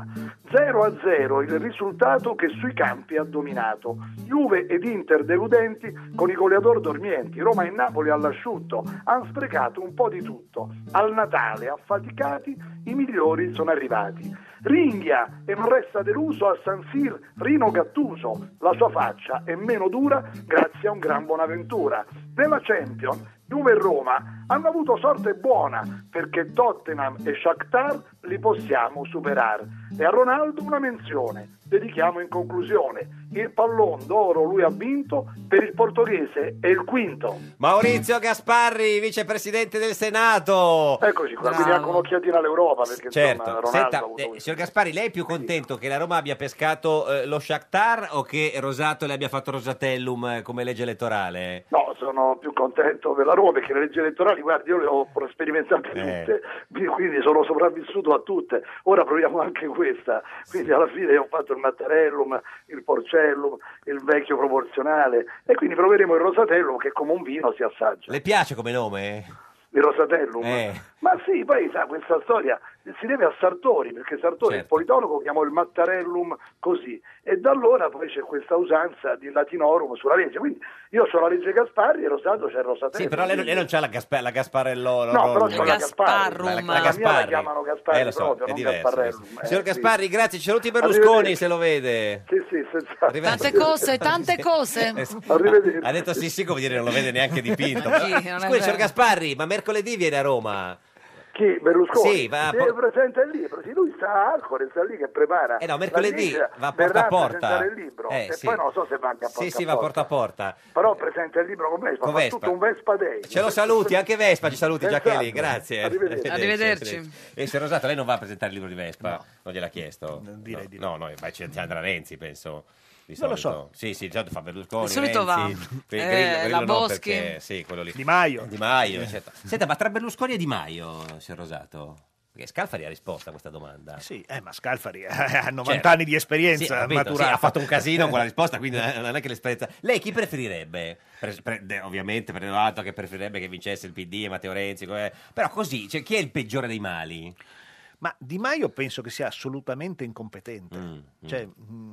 0-0 il risultato che sui campi ha dominato. Juve ed Inter deludenti con i goleador dormienti. Roma e Napoli all'asciutto han sprecato un po' di tutto. Al Natale, affaticati, i migliori sono arrivati. Ringhia e non resta deluso a San Sir Rino Gattuso. La sua faccia è meno dura grazie a un gran Bonaventura. Nella Champions Juve e Roma hanno avuto sorte buona perché Tottenham e Shakhtar li possiamo superare. E a Ronaldo una menzione, dedichiamo in conclusione. Il pallon d'oro lui ha vinto, per il portoghese è il quinto. Maurizio Gasparri, vicepresidente del Senato. Eccoci qua, quindi anche un'occhiatina all'Europa perché Certo. insomma Ronaldo Senta, ha avuto signor Gasparri, lei è più contento che la Roma abbia pescato lo Shakhtar o che Rosato le abbia fatto Rosatellum come legge elettorale? No, sono più contento per la Roma perché le leggi elettorali, guardi, io le ho sperimentate tutte, quindi sono sopravvissuto a tutte. Ora proviamo anche questa. Quindi alla fine ho fatto il Mattarellum, il Porcellum, il vecchio proporzionale e quindi proveremo il Rosatellum che come un vino si assaggia. Le piace come nome? Il Rosatellum? Ma sì, poi sa, questa storia si deve a Sartori, perché Sartori, il politologo, chiamò il Mattarellum così, e da allora poi c'è questa usanza di latinorum sulla legge, quindi io ho la legge Gasparri e Rosato c'è il Rosatellum. Sì, però lei non c'ha la Gasparello. No, però c'ho la Gasparri. La La mia la Gasparri. chiamano Gasparri Lo so, proprio, è non diverso. Gasparellum. Signor Sì. Gasparri, grazie, ci saluti Berlusconi Arrivederci. se lo vede. Sì, senz'altro. Tante cose. Ha detto sì, come dire, non lo vede neanche dipinto. Sì, non è Scusi, vero. signor Gasparri, ma mercoledì viene a Roma. Chi? Berlusconi? Sì, va a È presente il libro, sì, lui sta a Arcore, sta lì che prepara. no, mercoledì la legge, va porta a verrà porta. presentare il libro e Sì. poi non so se va anche a porta Sì, a va porta. porta a porta. Però presenta il libro con Vespa, Con fa Vespa. tutto un Vespa Day. Ce lo saluti, anche Vespa ci saluti, già che è lì, Senz'altro. grazie. Arrivederci. E signor Rosato, lei non va a presentare il libro di Vespa? Non gliel'ha chiesto? Direi di no. No, ci andrà Renzi, penso. Di Non lo solito. Sì, di solito fa Berlusconi, Di solito Renzi, va. Grillo La no, Boschi. perché- sì, quello lì. Di Maio, certo. Senta, ma tra Berlusconi e Di Maio, signor Rosato? Perché Scalfari ha risposto a questa domanda. Sì, ma Scalfari ha 90 Certo. anni di esperienza Sì, ho capito, maturata. sì, ha fatto un casino con la risposta, quindi non è che l'esperienza... Lei chi preferirebbe? Ovviamente prenotato che preferirebbe che vincesse il PD e Matteo Renzi, però così, cioè, chi è il peggiore dei mali? Ma Di Maio penso che sia assolutamente incompetente. Cioè,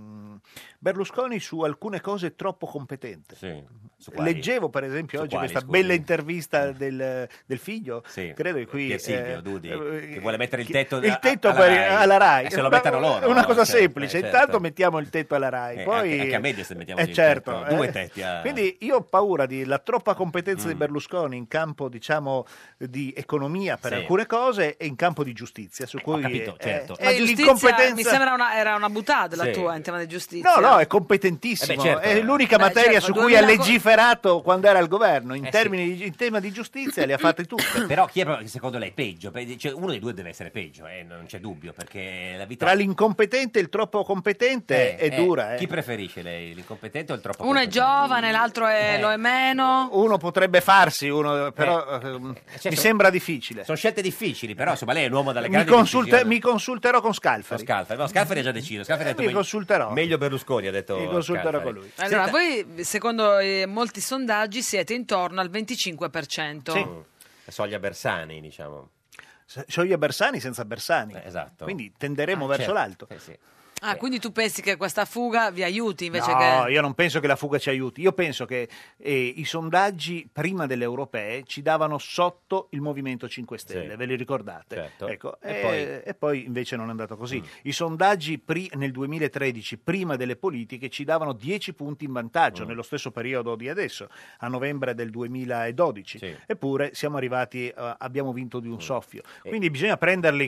Berlusconi su alcune cose è troppo competente. Leggevo per esempio oggi questa bella intervista del figlio, credo in cui Silvio Dudi, che vuole mettere il tetto, alla Rai. Se lo mettano loro. Una cosa semplice, certo. intanto mettiamo il tetto alla Rai. Poi... Anche a Mediaset mettiamo il certo, tetto, 2 tetti. Quindi io ho paura della troppa competenza di Berlusconi in campo, diciamo, di economia per alcune cose e in campo di giustizia, su cui capito, certo. Ma giustizia mi sembra era una buttata la tua in tema di giustizia. No, è competentissimo. certo. È l'unica materia certo, su cui ha legiferato quando era al governo. In tema di giustizia le ha fatte tutte. Però chi è proprio, secondo lei peggio? Cioè, uno dei due deve essere peggio, non c'è dubbio, perché la vita... Tra l'incompetente e il troppo competente è dura. Chi preferisce lei, l'incompetente o il troppo Uno è competente? giovane, l'altro lo è meno. Uno potrebbe farsi, però mi sembra difficile. Sono scelte difficili, però insomma lei è un uomo dalle grandi decisioni. Mi consulterò con Scalfari. No, Scalfari ha già deciso. Scalfari ha detto consulterò. Meglio Berlusconi, ha detto. Mi consulterò Scalfari. con lui. Allora, voi, secondo molti sondaggi, siete intorno al 25%. La soglia Bersani, diciamo. Soglia Bersani senza Bersani. Esatto. Quindi tenderemo verso l'alto. Sì. Quindi tu pensi che questa fuga vi aiuti invece No, che... io non penso che la fuga ci aiuti. Io penso che i sondaggi prima delle europee ci davano sotto il Movimento 5 Stelle, ve li ricordate? Certo. Ecco, E poi invece non è andato così. I sondaggi nel 2013, prima delle politiche, ci davano 10 punti in vantaggio nello stesso periodo di adesso, a novembre del 2012. Eppure siamo arrivati, abbiamo vinto di un soffio. Quindi bisogna prenderli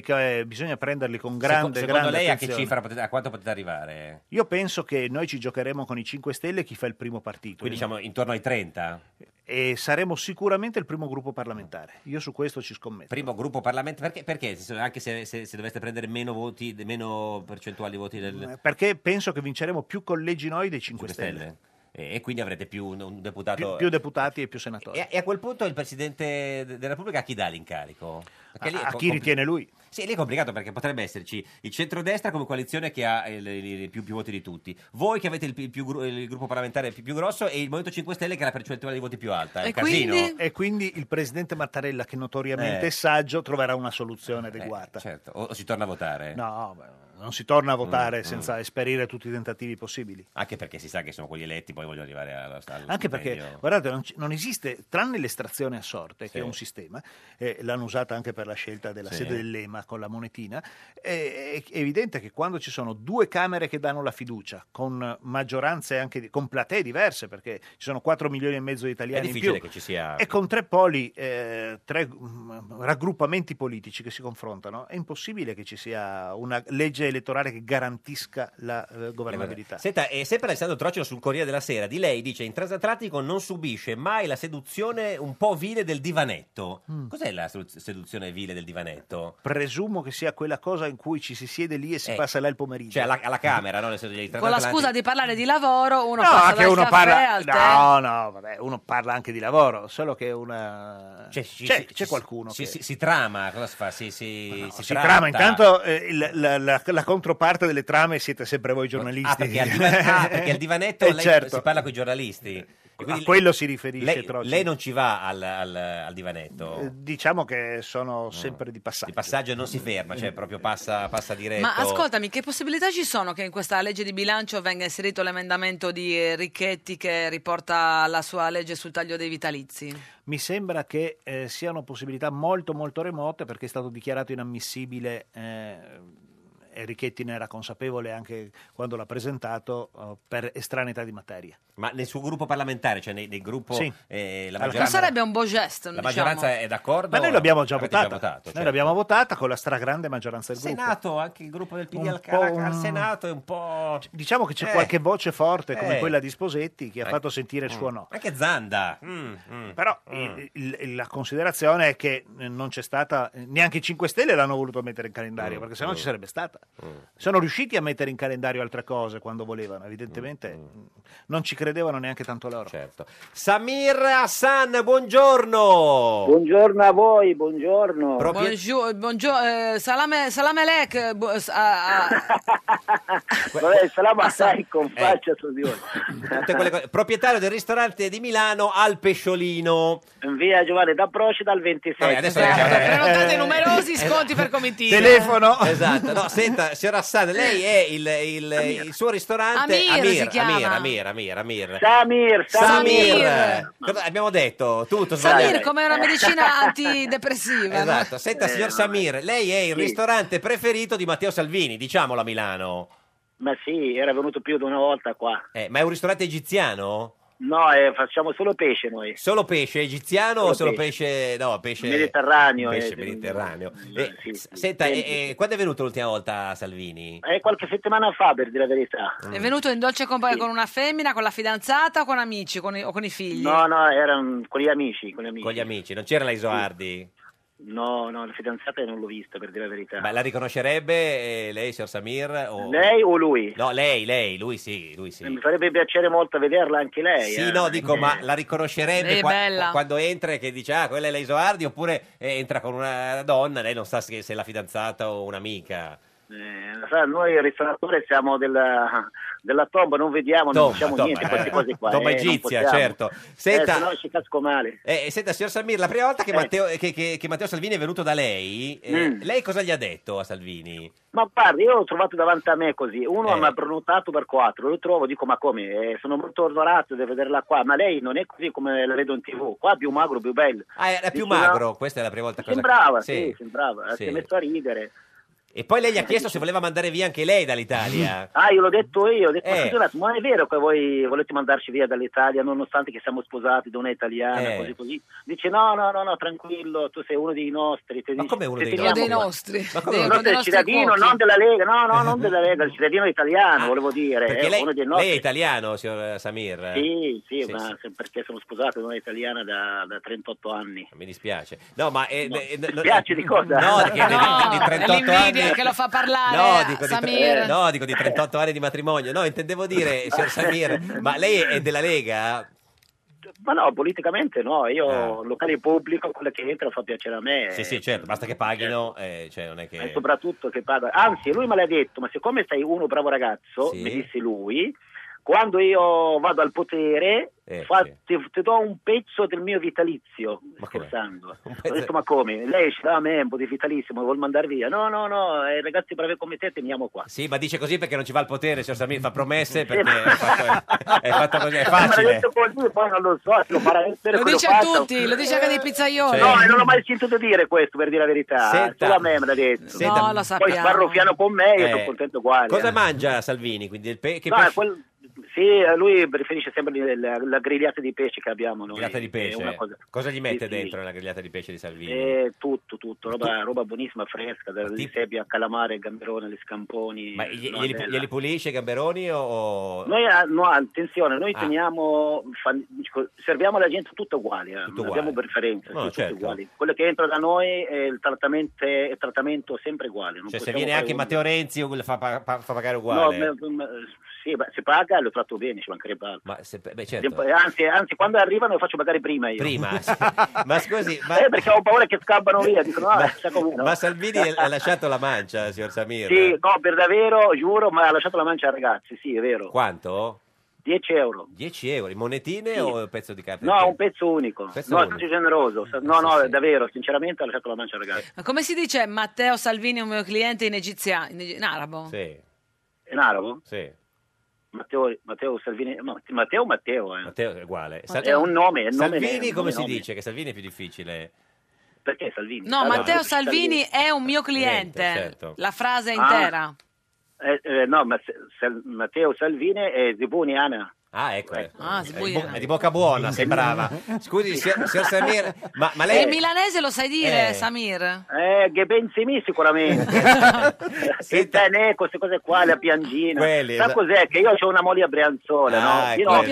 con grande Secondo lei attenzione. a che cifra a quanto potete arrivare? Io penso che noi ci giocheremo con i 5 Stelle chi fa il primo partito. Quindi diciamo intorno ai 30? E saremo sicuramente il primo gruppo parlamentare. Io su questo ci scommetto. Primo gruppo parlamentare? Perché? Anche se doveste prendere meno voti, meno percentuali di voti del... Perché penso che vinceremo più collegi noi dei 5 Stelle. E quindi avrete più un deputato... Più deputati e più senatori. E a quel punto il Presidente della Repubblica a chi dà l'incarico? A chi ritiene lui? Sì, lì è complicato perché potrebbe esserci il centrodestra come coalizione che ha più voti di tutti, voi che avete il gruppo parlamentare più grosso e il Movimento 5 Stelle che ha la percentuale di voti più alta. È un casino. E quindi il Presidente Mattarella, che notoriamente è saggio, troverà una soluzione adeguata. Certo, o si torna a votare? No, non si torna a votare senza esperire tutti i tentativi possibili. Anche perché si sa che sono quelli eletti, poi vogliono arrivare allo Anche perché, guardate, non esiste, tranne l'estrazione a sorte, che è un sistema, l'hanno usata anche per la scelta della sede dell'EMA con la monetina, è evidente che quando ci sono due Camere che danno la fiducia, con maggioranze anche con platee diverse, perché ci sono 4 milioni e mezzo di italiani è in difficile più, che ci sia... e con tre poli, tre raggruppamenti politici che si confrontano, è impossibile che ci sia una legge elettorale che garantisca la governabilità. Senta, e sempre Alessandro Trocino sul Corriere della Sera, di lei dice: in transatlantico non subisce mai la seduzione un po' vile del divanetto. Cos'è la seduzione vile del divanetto? Presumo che sia quella cosa in cui ci si siede lì e si passa là il pomeriggio. Cioè alla Camera, no? Con la scusa di parlare di lavoro, uno no, passa che dal uno caffè parla... al tè. No, vabbè, uno parla anche di lavoro, solo che c'è qualcuno che... Si trama, cosa si fa? Si trama, intanto la controparte delle trame siete sempre voi giornalisti. Perché al divanetto lei certo. si parla con i giornalisti. A quello si riferisce lei non ci va al divanetto? Diciamo che sono sempre di passaggio. Di passaggio non si ferma, cioè proprio passa diretto. Ma ascoltami, che possibilità ci sono che in questa legge di bilancio venga inserito l'emendamento di Richetti che riporta la sua legge sul taglio dei vitalizi? Mi sembra che siano possibilità molto molto remote, perché è stato dichiarato inammissibile. Richetti ne era consapevole anche quando l'ha presentato, per estraneità di materia. Ma nel suo gruppo parlamentare, cioè nel gruppo, sì. La Non maggioranza, sarebbe un beau geste, la maggioranza è d'accordo? Ma noi l'abbiamo già Avete votata. certo. Noi l'abbiamo votata con la stragrande maggioranza del gruppo. Senato, anche il gruppo del PD al Senato è un po'... Diciamo che c'è qualche voce forte come quella di Sposetti che ha fatto sentire il suo no. Anche Zanda. Però la considerazione è che non c'è stata, neanche i 5 Stelle l'hanno voluto mettere in calendario, perché sennò ci sarebbe stata. Sono riusciti a mettere in calendario altre cose quando volevano, evidentemente non ci credevano neanche tanto loro. Certo. Samir Hassan, buongiorno. Buongiorno a voi, buongiorno. Buongiorno, Salam Alek. Vabbè, salam alaikum, faccia su di voi. Tutte quelle cose. Proprietario del ristorante di Milano Al Pesciolino. In via Giovanni da Procida al 27. Adesso Prenotate numerosi sconti per comitiva. Telefono. Esatto. No, senta, signor Hassan, lei è il suo ristorante Amir si chiama. Amir. Samir. Cosa abbiamo detto? Tutto Samir sbagliato. come una medicina antidepressiva. Esatto. no? Senta, signor Samir, lei è il ristorante preferito di Matteo Salvini, diciamolo a Milano. Ma sì, era venuto più di una volta qua. Ma è un ristorante egiziano? No, facciamo solo pesce noi. Solo pesce egiziano Solo o solo pesce. pesce? No, pesce Mediterraneo. Pesce mediterraneo. Senta, quando è venuto l'ultima volta Salvini? Qualche settimana fa, per dire la verità. È venuto in dolce compagnia con una femmina, con la fidanzata o con amici o con i figli? No, era con gli amici. Con gli amici, non c'era la Isoardi? No, la fidanzata non l'ho vista, per dire la verità. Ma la riconoscerebbe lei, signor Samir? Lei o lui? No, lei, lui sì. Mi farebbe piacere molto vederla anche lei. Sì, no, dico, ma la riconoscerebbe Lei è bella. quando entra e che dice, quella è la Isoardi, oppure entra con una donna, lei non sa se è la fidanzata o un'amica. Noi il ristoratore siamo della tomba, non vediamo, non diciamo niente, queste cose qua. Tomba egizia, certo. Senta, se no ci casco male. Senta, signor Samir, la prima volta che Matteo Salvini è venuto da lei, lei cosa gli ha detto a Salvini? Ma guardi, io l'ho trovato davanti a me così, uno mi ha prenotato per 4, lo trovo, dico ma come, sono molto onorato di vederla qua, ma lei non è così come la vedo in TV, qua è più magro, più bello. È più magro, questa è la prima volta che sembrava, sembrava, sì. si è messo a ridere. E poi lei gli ha chiesto se voleva mandare via anche lei dall'Italia. Io l'ho detto io, ho detto, ma scusate, ma è vero che voi volete mandarci via dall'Italia nonostante che siamo sposati da una italiana, così? Dice no, tranquillo, tu sei uno dei nostri. Ma come uno dei nostri? Ma come uno del cittadino, non della Lega, non della Lega, il cittadino italiano, volevo dire. Perché lei, uno dei nostri. lei è italiano, signor Samir? Sì, ma perché sono sposato da una italiana da 38 anni. Mi dispiace. No, ma mi dispiace di cosa? No, di 38 anni. Che lo fa parlare Samir. Dico di 38 anni di matrimonio. No, intendevo dire, signor Samir, ma lei è della Lega? Ma no, politicamente no, io locale pubblico, quello che entra fa piacere a me. Sì, certo, basta che paghino, cioè non è che... E soprattutto che paga. Anzi, lui me l'ha detto, ma siccome sei uno bravo ragazzo, mi disse lui, quando io vado al potere ti do un pezzo del mio vitalizio. Scherzando. Ho detto ma come? Lei ci dà a me un po' di vitalizio, mi vuol mandare via? No, ragazzi bravi come te teniamo qua. Sì, ma dice così perché non ci va al potere, signor Samir, fa promesse perché è fatto così, è facile. Ma detto così, poi non lo so, lo dice a tutti, lo dice anche dei pizzaioli. No, non l'ho mai sentito dire questo, per dire la verità. Solo a me me l'ha detto. No, lo sappiamo. Poi sparrufiano con me e io sono contento uguale. Cosa mangia Salvini? Quindi Sì, lui preferisce sempre la grigliata di pesce che abbiamo noi. Grigliata di pesce? Cosa gli mette dentro nella grigliata di pesce di Salvini? Tutto, roba buonissima, fresca, di sebbia, calamare, gamberone, gli scamponi. Ma glieli pulisce i gamberoni o...? Noi, no, attenzione, noi teniamo, serviamo alla gente tutto uguali, non abbiamo preferenze, tutti uguali. Quello che entra da noi è il trattamento sempre uguale. Cioè se viene anche Matteo Renzi fa pagare uguale? No, sì, si paga e lo tratto bene, ci mancherebbe altro. Ma certo. Anzi, quando arrivano lo faccio pagare prima io. Ma scusi, perché ho paura che scappano via. Dico, ma Salvini ha lasciato la mancia, signor Samir? Sì, no, per davvero, giuro, ma ha lasciato la mancia ai ragazzi, sì, è vero. Quanto? 10 euro. 10 euro, in monetine o un pezzo di carta? No, un pezzo unico. È generoso. No, davvero, sinceramente ha lasciato la mancia ai ragazzi. Ma come si dice Matteo Salvini è un mio cliente in arabo? Sì. In arabo? Sì. Matteo Salvini, Matteo. Matteo è uguale. È un nome. Salvini come si dice? Che Salvini è più difficile. Perché Salvini? No, Matteo Salvini è un mio cliente. Certo. La frase intera. No, ma Matteo Salvini è Zibuni Ana. Ecco. È di bocca buona, sembrava. Scusi, signor Samir, ma lei... Il milanese lo sai dire, Samir? Che bensimi sicuramente. Il tenè, queste cose qua, la piangina. Sa cos'è? Che io ho una moglie a Brianzola, no? Io ho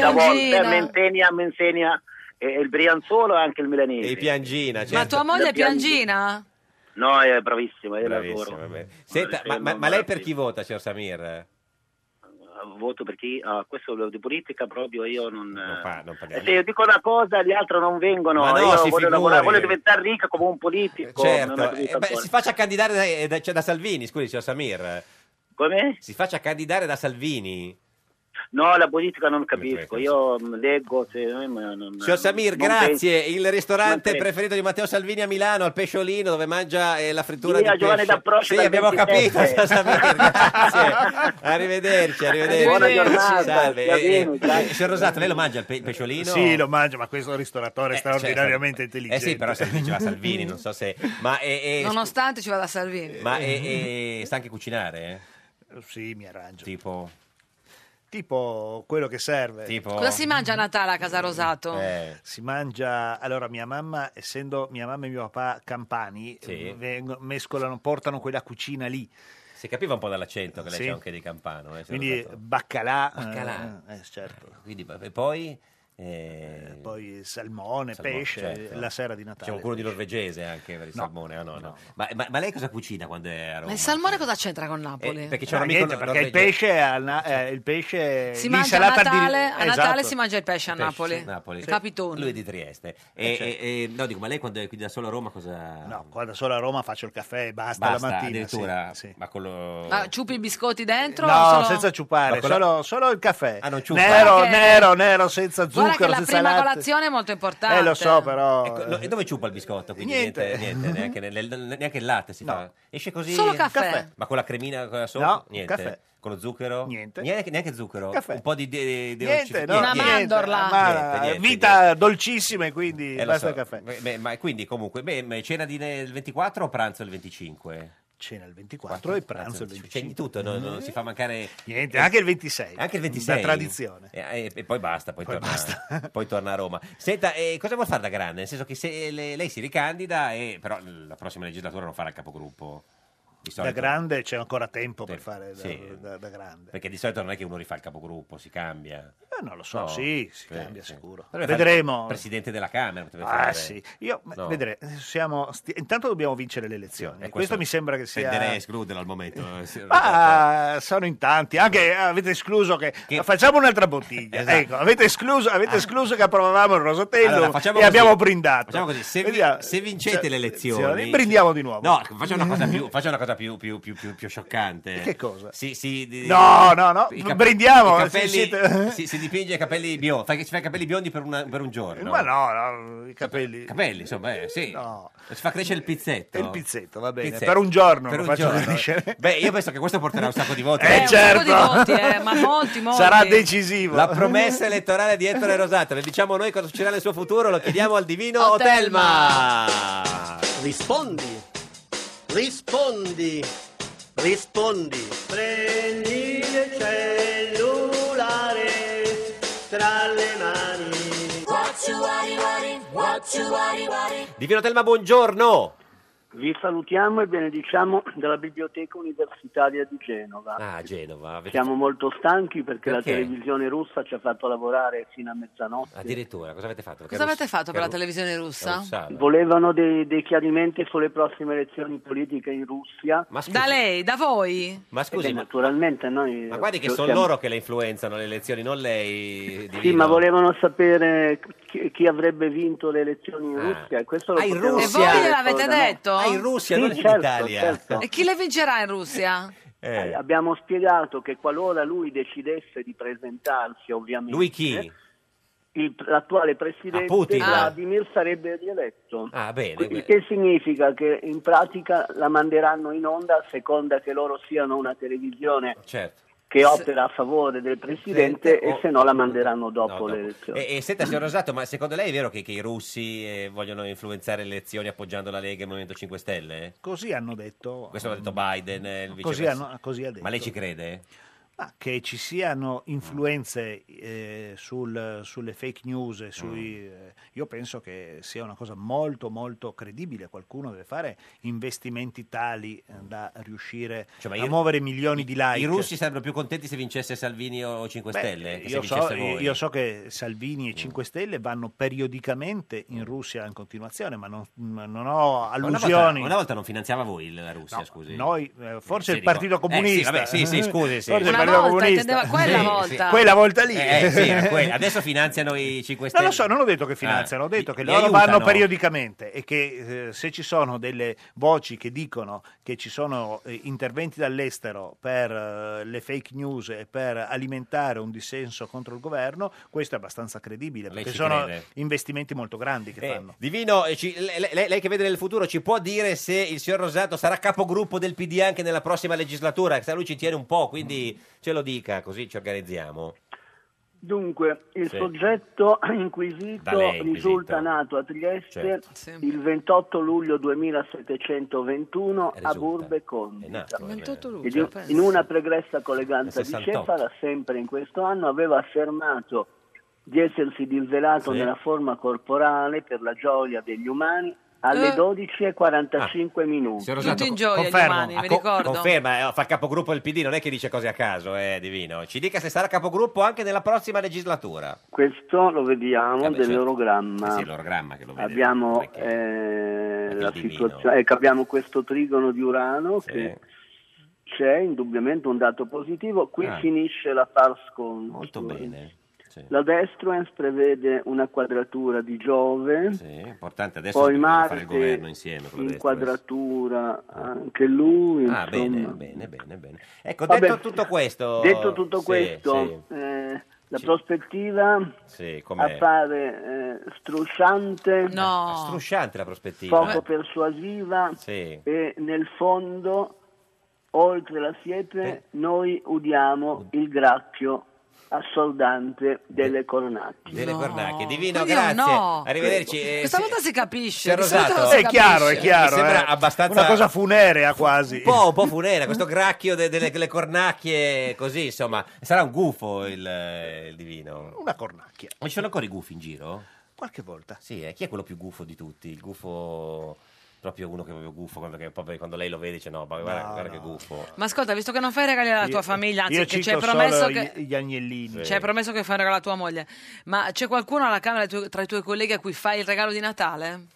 mi insegna il Brianzolo e anche il milanese. E Piangina, certo. Ma tua moglie è Piangina? No, è bravissimo, è Bravissimo, lavoro. vabbè. Senta, ma lei per chi vota, signor Samir? Voto per chi? Questo di politica proprio io non parliamo. se io dico una cosa gli altri non vengono, Ma no, io si voglio figuri. lavorare, voglio diventare ricca come un politico. non Certo, ho capito ancora. si faccia candidare da Salvini, scusi, signor Samir. Come? Si faccia candidare da Salvini. No, la politica non capisco, io leggo Signor Samir, non grazie. penso. Il ristorante Non preferito di Matteo Salvini a Milano, al Pesciolino, dove mangia la frittura Sì, di a Giovanni pesce. D'Approcio Sì, dal abbiamo 27. capito, signor Samir, grazie. Arrivederci. Buona giornata, Salve. va bene, grazie. Signor Rosato, lei lo mangia il pesciolino? Sì, lo mangio, ma questo ristoratore è straordinariamente intelligente. Sì, però se diceva Salvini, non so se... Ma, Nonostante ci vada a Salvini. ma sa anche cucinare? Sì, mi arrangio. Tipo quello che serve. Cosa si mangia a Natale a Casa Rosato? Si mangia, allora mia mamma, essendo mia mamma e mio papà campani, Sì. mescolano, portano quella cucina lì. Si capiva un po' dall'accento che lei Sì. c'è anche di Campano. signor Quindi Rosato. baccalà. Certo. Quindi, e poi? Poi salmone, pesce, certo. la sera di Natale. C'è qualcuno di norvegese anche per il salmone? No. Ma lei cosa cucina quando è a Roma? Ma il salmone cosa c'entra con Napoli? Perché c'è un Niente, amico perché il pesce, il pesce Si mangia a l'insalata Natale, a Natale esatto. si mangia il pesce a Pesce, Napoli. Sì. Capitone. Lui è di Trieste. No, dico, ma lei quando è qui da solo a Roma cosa... No, quando sono a Roma faccio il caffè e basta la mattina. addirittura? sì. Ma con lo... Ma ciupi i biscotti dentro? No, o solo... senza ciupare, Ma con la- solo il caffè. non ciupa. Nero, senza Guarda che zucchero, la senza prima latte. colazione è molto importante. Lo so, però... E dove ciupa il biscotto? Quindi Niente. neanche il latte si fa. Esce così? Solo caffè. Ma con la cremina sopra? No, Niente. caffè. Con lo zucchero? Niente. Neanche zucchero? Caffè. Un po' di Niente, no, Una niente. mandorla. Ma Niente, vita dolcissima e quindi lo basta so. il caffè. Ma quindi comunque, cena il 24 o pranzo il 25? Cena il 24 e pranzo il 25. C'è di tutto, non si fa mancare... Niente, anche il 26. Anche il 26? Da tradizione. E poi basta, poi torna a Roma. Senta, cosa vuol fare da grande? Nel senso che se lei si ricandida, però la prossima legislatura non farà il capogruppo. Di Da solito- grande c'è ancora tempo per fare Sì. da grande. Perché di solito non è che uno rifà il capogruppo, si cambia. Non lo so, No. sì, si Sì, cambia sì. sicuro. Potrebbe fare Vedremo. il Presidente della Camera. potrebbe Ah fare. sì, io No. vedremo. Intanto dobbiamo vincere le elezioni. Questo mi sembra che sia... Tenderei a escluderlo al momento. Ah, sono in tanti, anche avete escluso che... Facciamo un'altra bottiglia. Esatto. Ecco, avete escluso che approvavamo il Rosatello Allora, facciamo e così. abbiamo brindato. Facciamo così, se Vediamo. vincete le elezioni... Brindiamo di nuovo. No, faccia una cosa più scioccante. Che cosa? No, brindiamo, I capelli, siete- si dipinge i capelli biondi, si fa i capelli biondi per un giorno. Ma no, i capelli... Capelli, insomma, sì. No. Si fa crescere il pizzetto. Il pizzetto, va bene. Pizzetto. Per un giorno Per lo un faccio giorno. crescere. Beh, io penso che questo porterà un sacco di voti. Un certo. sacco di voti, ma molti. Sarà decisivo. La promessa elettorale di Ettore Rosato. Le diciamo noi cosa succederà nel suo futuro, lo chiediamo al divino Otelma. Otelma. Rispondi, rispondi. Prendi il cellulare tra le mani. Divino Otelma, buongiorno. Vi salutiamo e benediciamo dalla Biblioteca Universitaria di Genova. Ah, Genova. Siamo molto stanchi perché la Perché? televisione russa ci ha fatto lavorare fino a mezzanotte. Addirittura, cosa avete fatto? Cosa avete fatto per la televisione russa? Volevano dei chiarimenti sulle prossime elezioni politiche in Russia. Da lei, da voi? Ma scusi, Beh, naturalmente noi... ma guardi che sono siamo- loro che le influenzano le elezioni, non lei. Sì, Divino. ma volevano sapere chi avrebbe vinto le elezioni in Russia. E questo lo in potevano Russia? E voi fare gliel'avete solo da noi. detto? In Russia, Sì, non certo, in Italia. certo. E chi le vincerà in Russia? Abbiamo spiegato che qualora lui decidesse di presentarsi, ovviamente... Lui chi? L'attuale presidente Putin. Vladimir sarebbe rieletto. Ah, bene. Il che significa che in pratica la manderanno in onda a seconda che loro siano una televisione Certo. che opera a favore del presidente e se no la manderanno dopo No, le elezioni. E senta, signor Rosato, ma secondo lei è vero che i russi vogliono influenzare le elezioni appoggiando la Lega e il Movimento 5 Stelle? Così hanno detto. Questo l'ha detto Biden, il Così vicepresidente. così ha detto. Ma lei ci crede? Che ci siano influenze sulle fake news, io penso che sia una cosa molto molto credibile. Qualcuno deve fare investimenti tali da riuscire a muovere milioni di like. I russi sarebbero più contenti se vincesse Salvini o 5 Stelle? Che se vincesse voi. Io so che Salvini e 5 Stelle vanno periodicamente in Russia in continuazione, ma non ho allusioni. Una volta non finanziava voi la Russia, scusi? Noi, forse il Partito Comunista. Sì, scusi. Forse quella volta lì. Adesso finanziano i 5 Stelle. Non lo so, non ho detto che finanziano, ho detto che loro vanno periodicamente e che se ci sono delle voci che dicono che ci sono interventi dall'estero per le fake news e per alimentare un dissenso contro il governo, questo è abbastanza credibile, perché sono investimenti molto grandi che fanno. Divino, lei che vede nel futuro, ci può dire se il signor Rosato sarà capogruppo del PD anche nella prossima legislatura? Che lui ci tiene un po', quindi ce lo dica, così ci organizziamo. Dunque, il soggetto inquisito risulta nato a Trieste il 28 luglio 2721 a Burbe Condita. In una pregressa colleganza di Cefala, sempre in questo anno, aveva affermato di essersi disvelato nella forma corporale per la gioia degli umani alle 12:45 minuti. Tutti in gioia gli umani, mi ricordo. Conferma, fa capogruppo del PD, non è che dice cose a caso, Divino. Ci dica se sarà capogruppo anche nella prossima legislatura. Questo lo vediamo dell'orogramma. L'orogramma che lo vede. Abbiamo la situazione, abbiamo questo trigono di Urano che c'è indubbiamente un dato positivo. Qui finisce la pars conjunct. Molto bene. La Destruens prevede una quadratura di Giove, importante adesso poi Marte fare il governo insieme con la in quadratura anche lui. Bene. Ecco, detto tutto questo, la prospettiva appare strusciante, strusciante la prospettiva, poco persuasiva e nel fondo, oltre la siepe, noi udiamo il gracchio assordante delle cornacchie. Divino, grazie. Arrivederci. Questa volta si capisce. È chiaro. Mi sembra abbastanza una cosa funerea quasi. Un po' funerea, questo gracchio delle cornacchie, così insomma. Sarà un gufo il Divino. Una cornacchia. Ma ci sono ancora i gufi in giro? Qualche volta. Sì, chi è quello più gufo di tutti? Il gufo... proprio uno che è proprio gufo, quando lei lo vede dice guarda che gufo. Ma ascolta, visto che non fai regali alla tua famiglia, anzi che ci hai promesso gli agnellini, ci hai promesso che fai un regalo a tua moglie, ma c'è qualcuno alla Camera tra i tuoi colleghi a cui fai il regalo di Natale?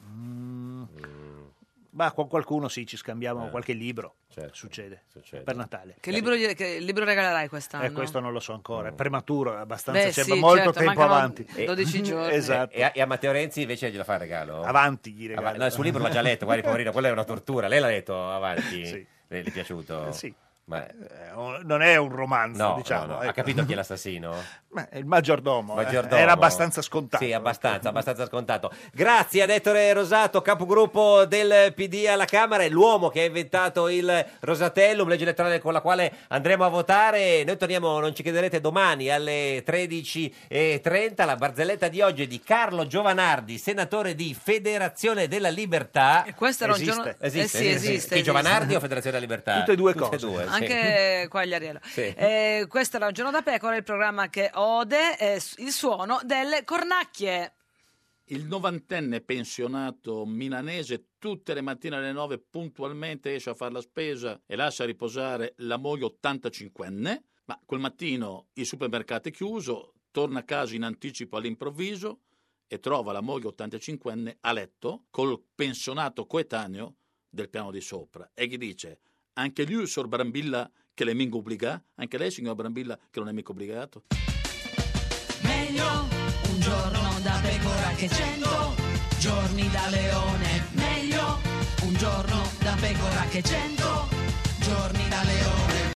Ma con qualcuno ci scambiamo qualche libro, succede per Natale. Che libro regalerai quest'anno? Questo non lo so ancora, è prematuro, è abbastanza, c'è molto tempo avanti. 12 giorni. Esatto. E a Matteo Renzi invece glielo fa il regalo? Avanti gli regalo. No, il suo libro l'ha già letto, guardi poverino, quella è una tortura. Lei l'ha letto Avanti? Sì. Le è piaciuto? Sì. Non è un romanzo, diciamo. No. Ha capito chi è l'assassino? Il maggiordomo. Era abbastanza scontato. Sì, abbastanza scontato. Grazie ad Ettore Rosato, capogruppo del PD alla Camera, è l'uomo che ha inventato il Rosatellum, legge elettorale con la quale andremo a votare. Noi torniamo, non ci crederete, domani alle 13:30. La barzelletta di oggi è di Carlo Giovanardi, senatore di Federazione della Libertà. E questo era un giorno... Esiste. Chi, Giovanardi o Federazione della Libertà? Tutte e due cose. Anche qua agli Ariello. Questo era Un giorno da pecora, il programma che ode il suono delle cornacchie. Il 90enne pensionato milanese tutte le mattine alle 9 puntualmente esce a fare la spesa e lascia riposare la moglie 85enne, ma quel mattino il supermercato è chiuso, torna a casa in anticipo all'improvviso e trova la moglie 85enne a letto col pensionato coetaneo del piano di sopra e gli dice: anche lui, sor Brambilla, che le mingo obbliga? Anche lei, signor Brambilla, che non è mica obbligato? Meglio un giorno da pecora che 100 giorni da leone. Meglio un giorno da pecora che 100 giorni da leone.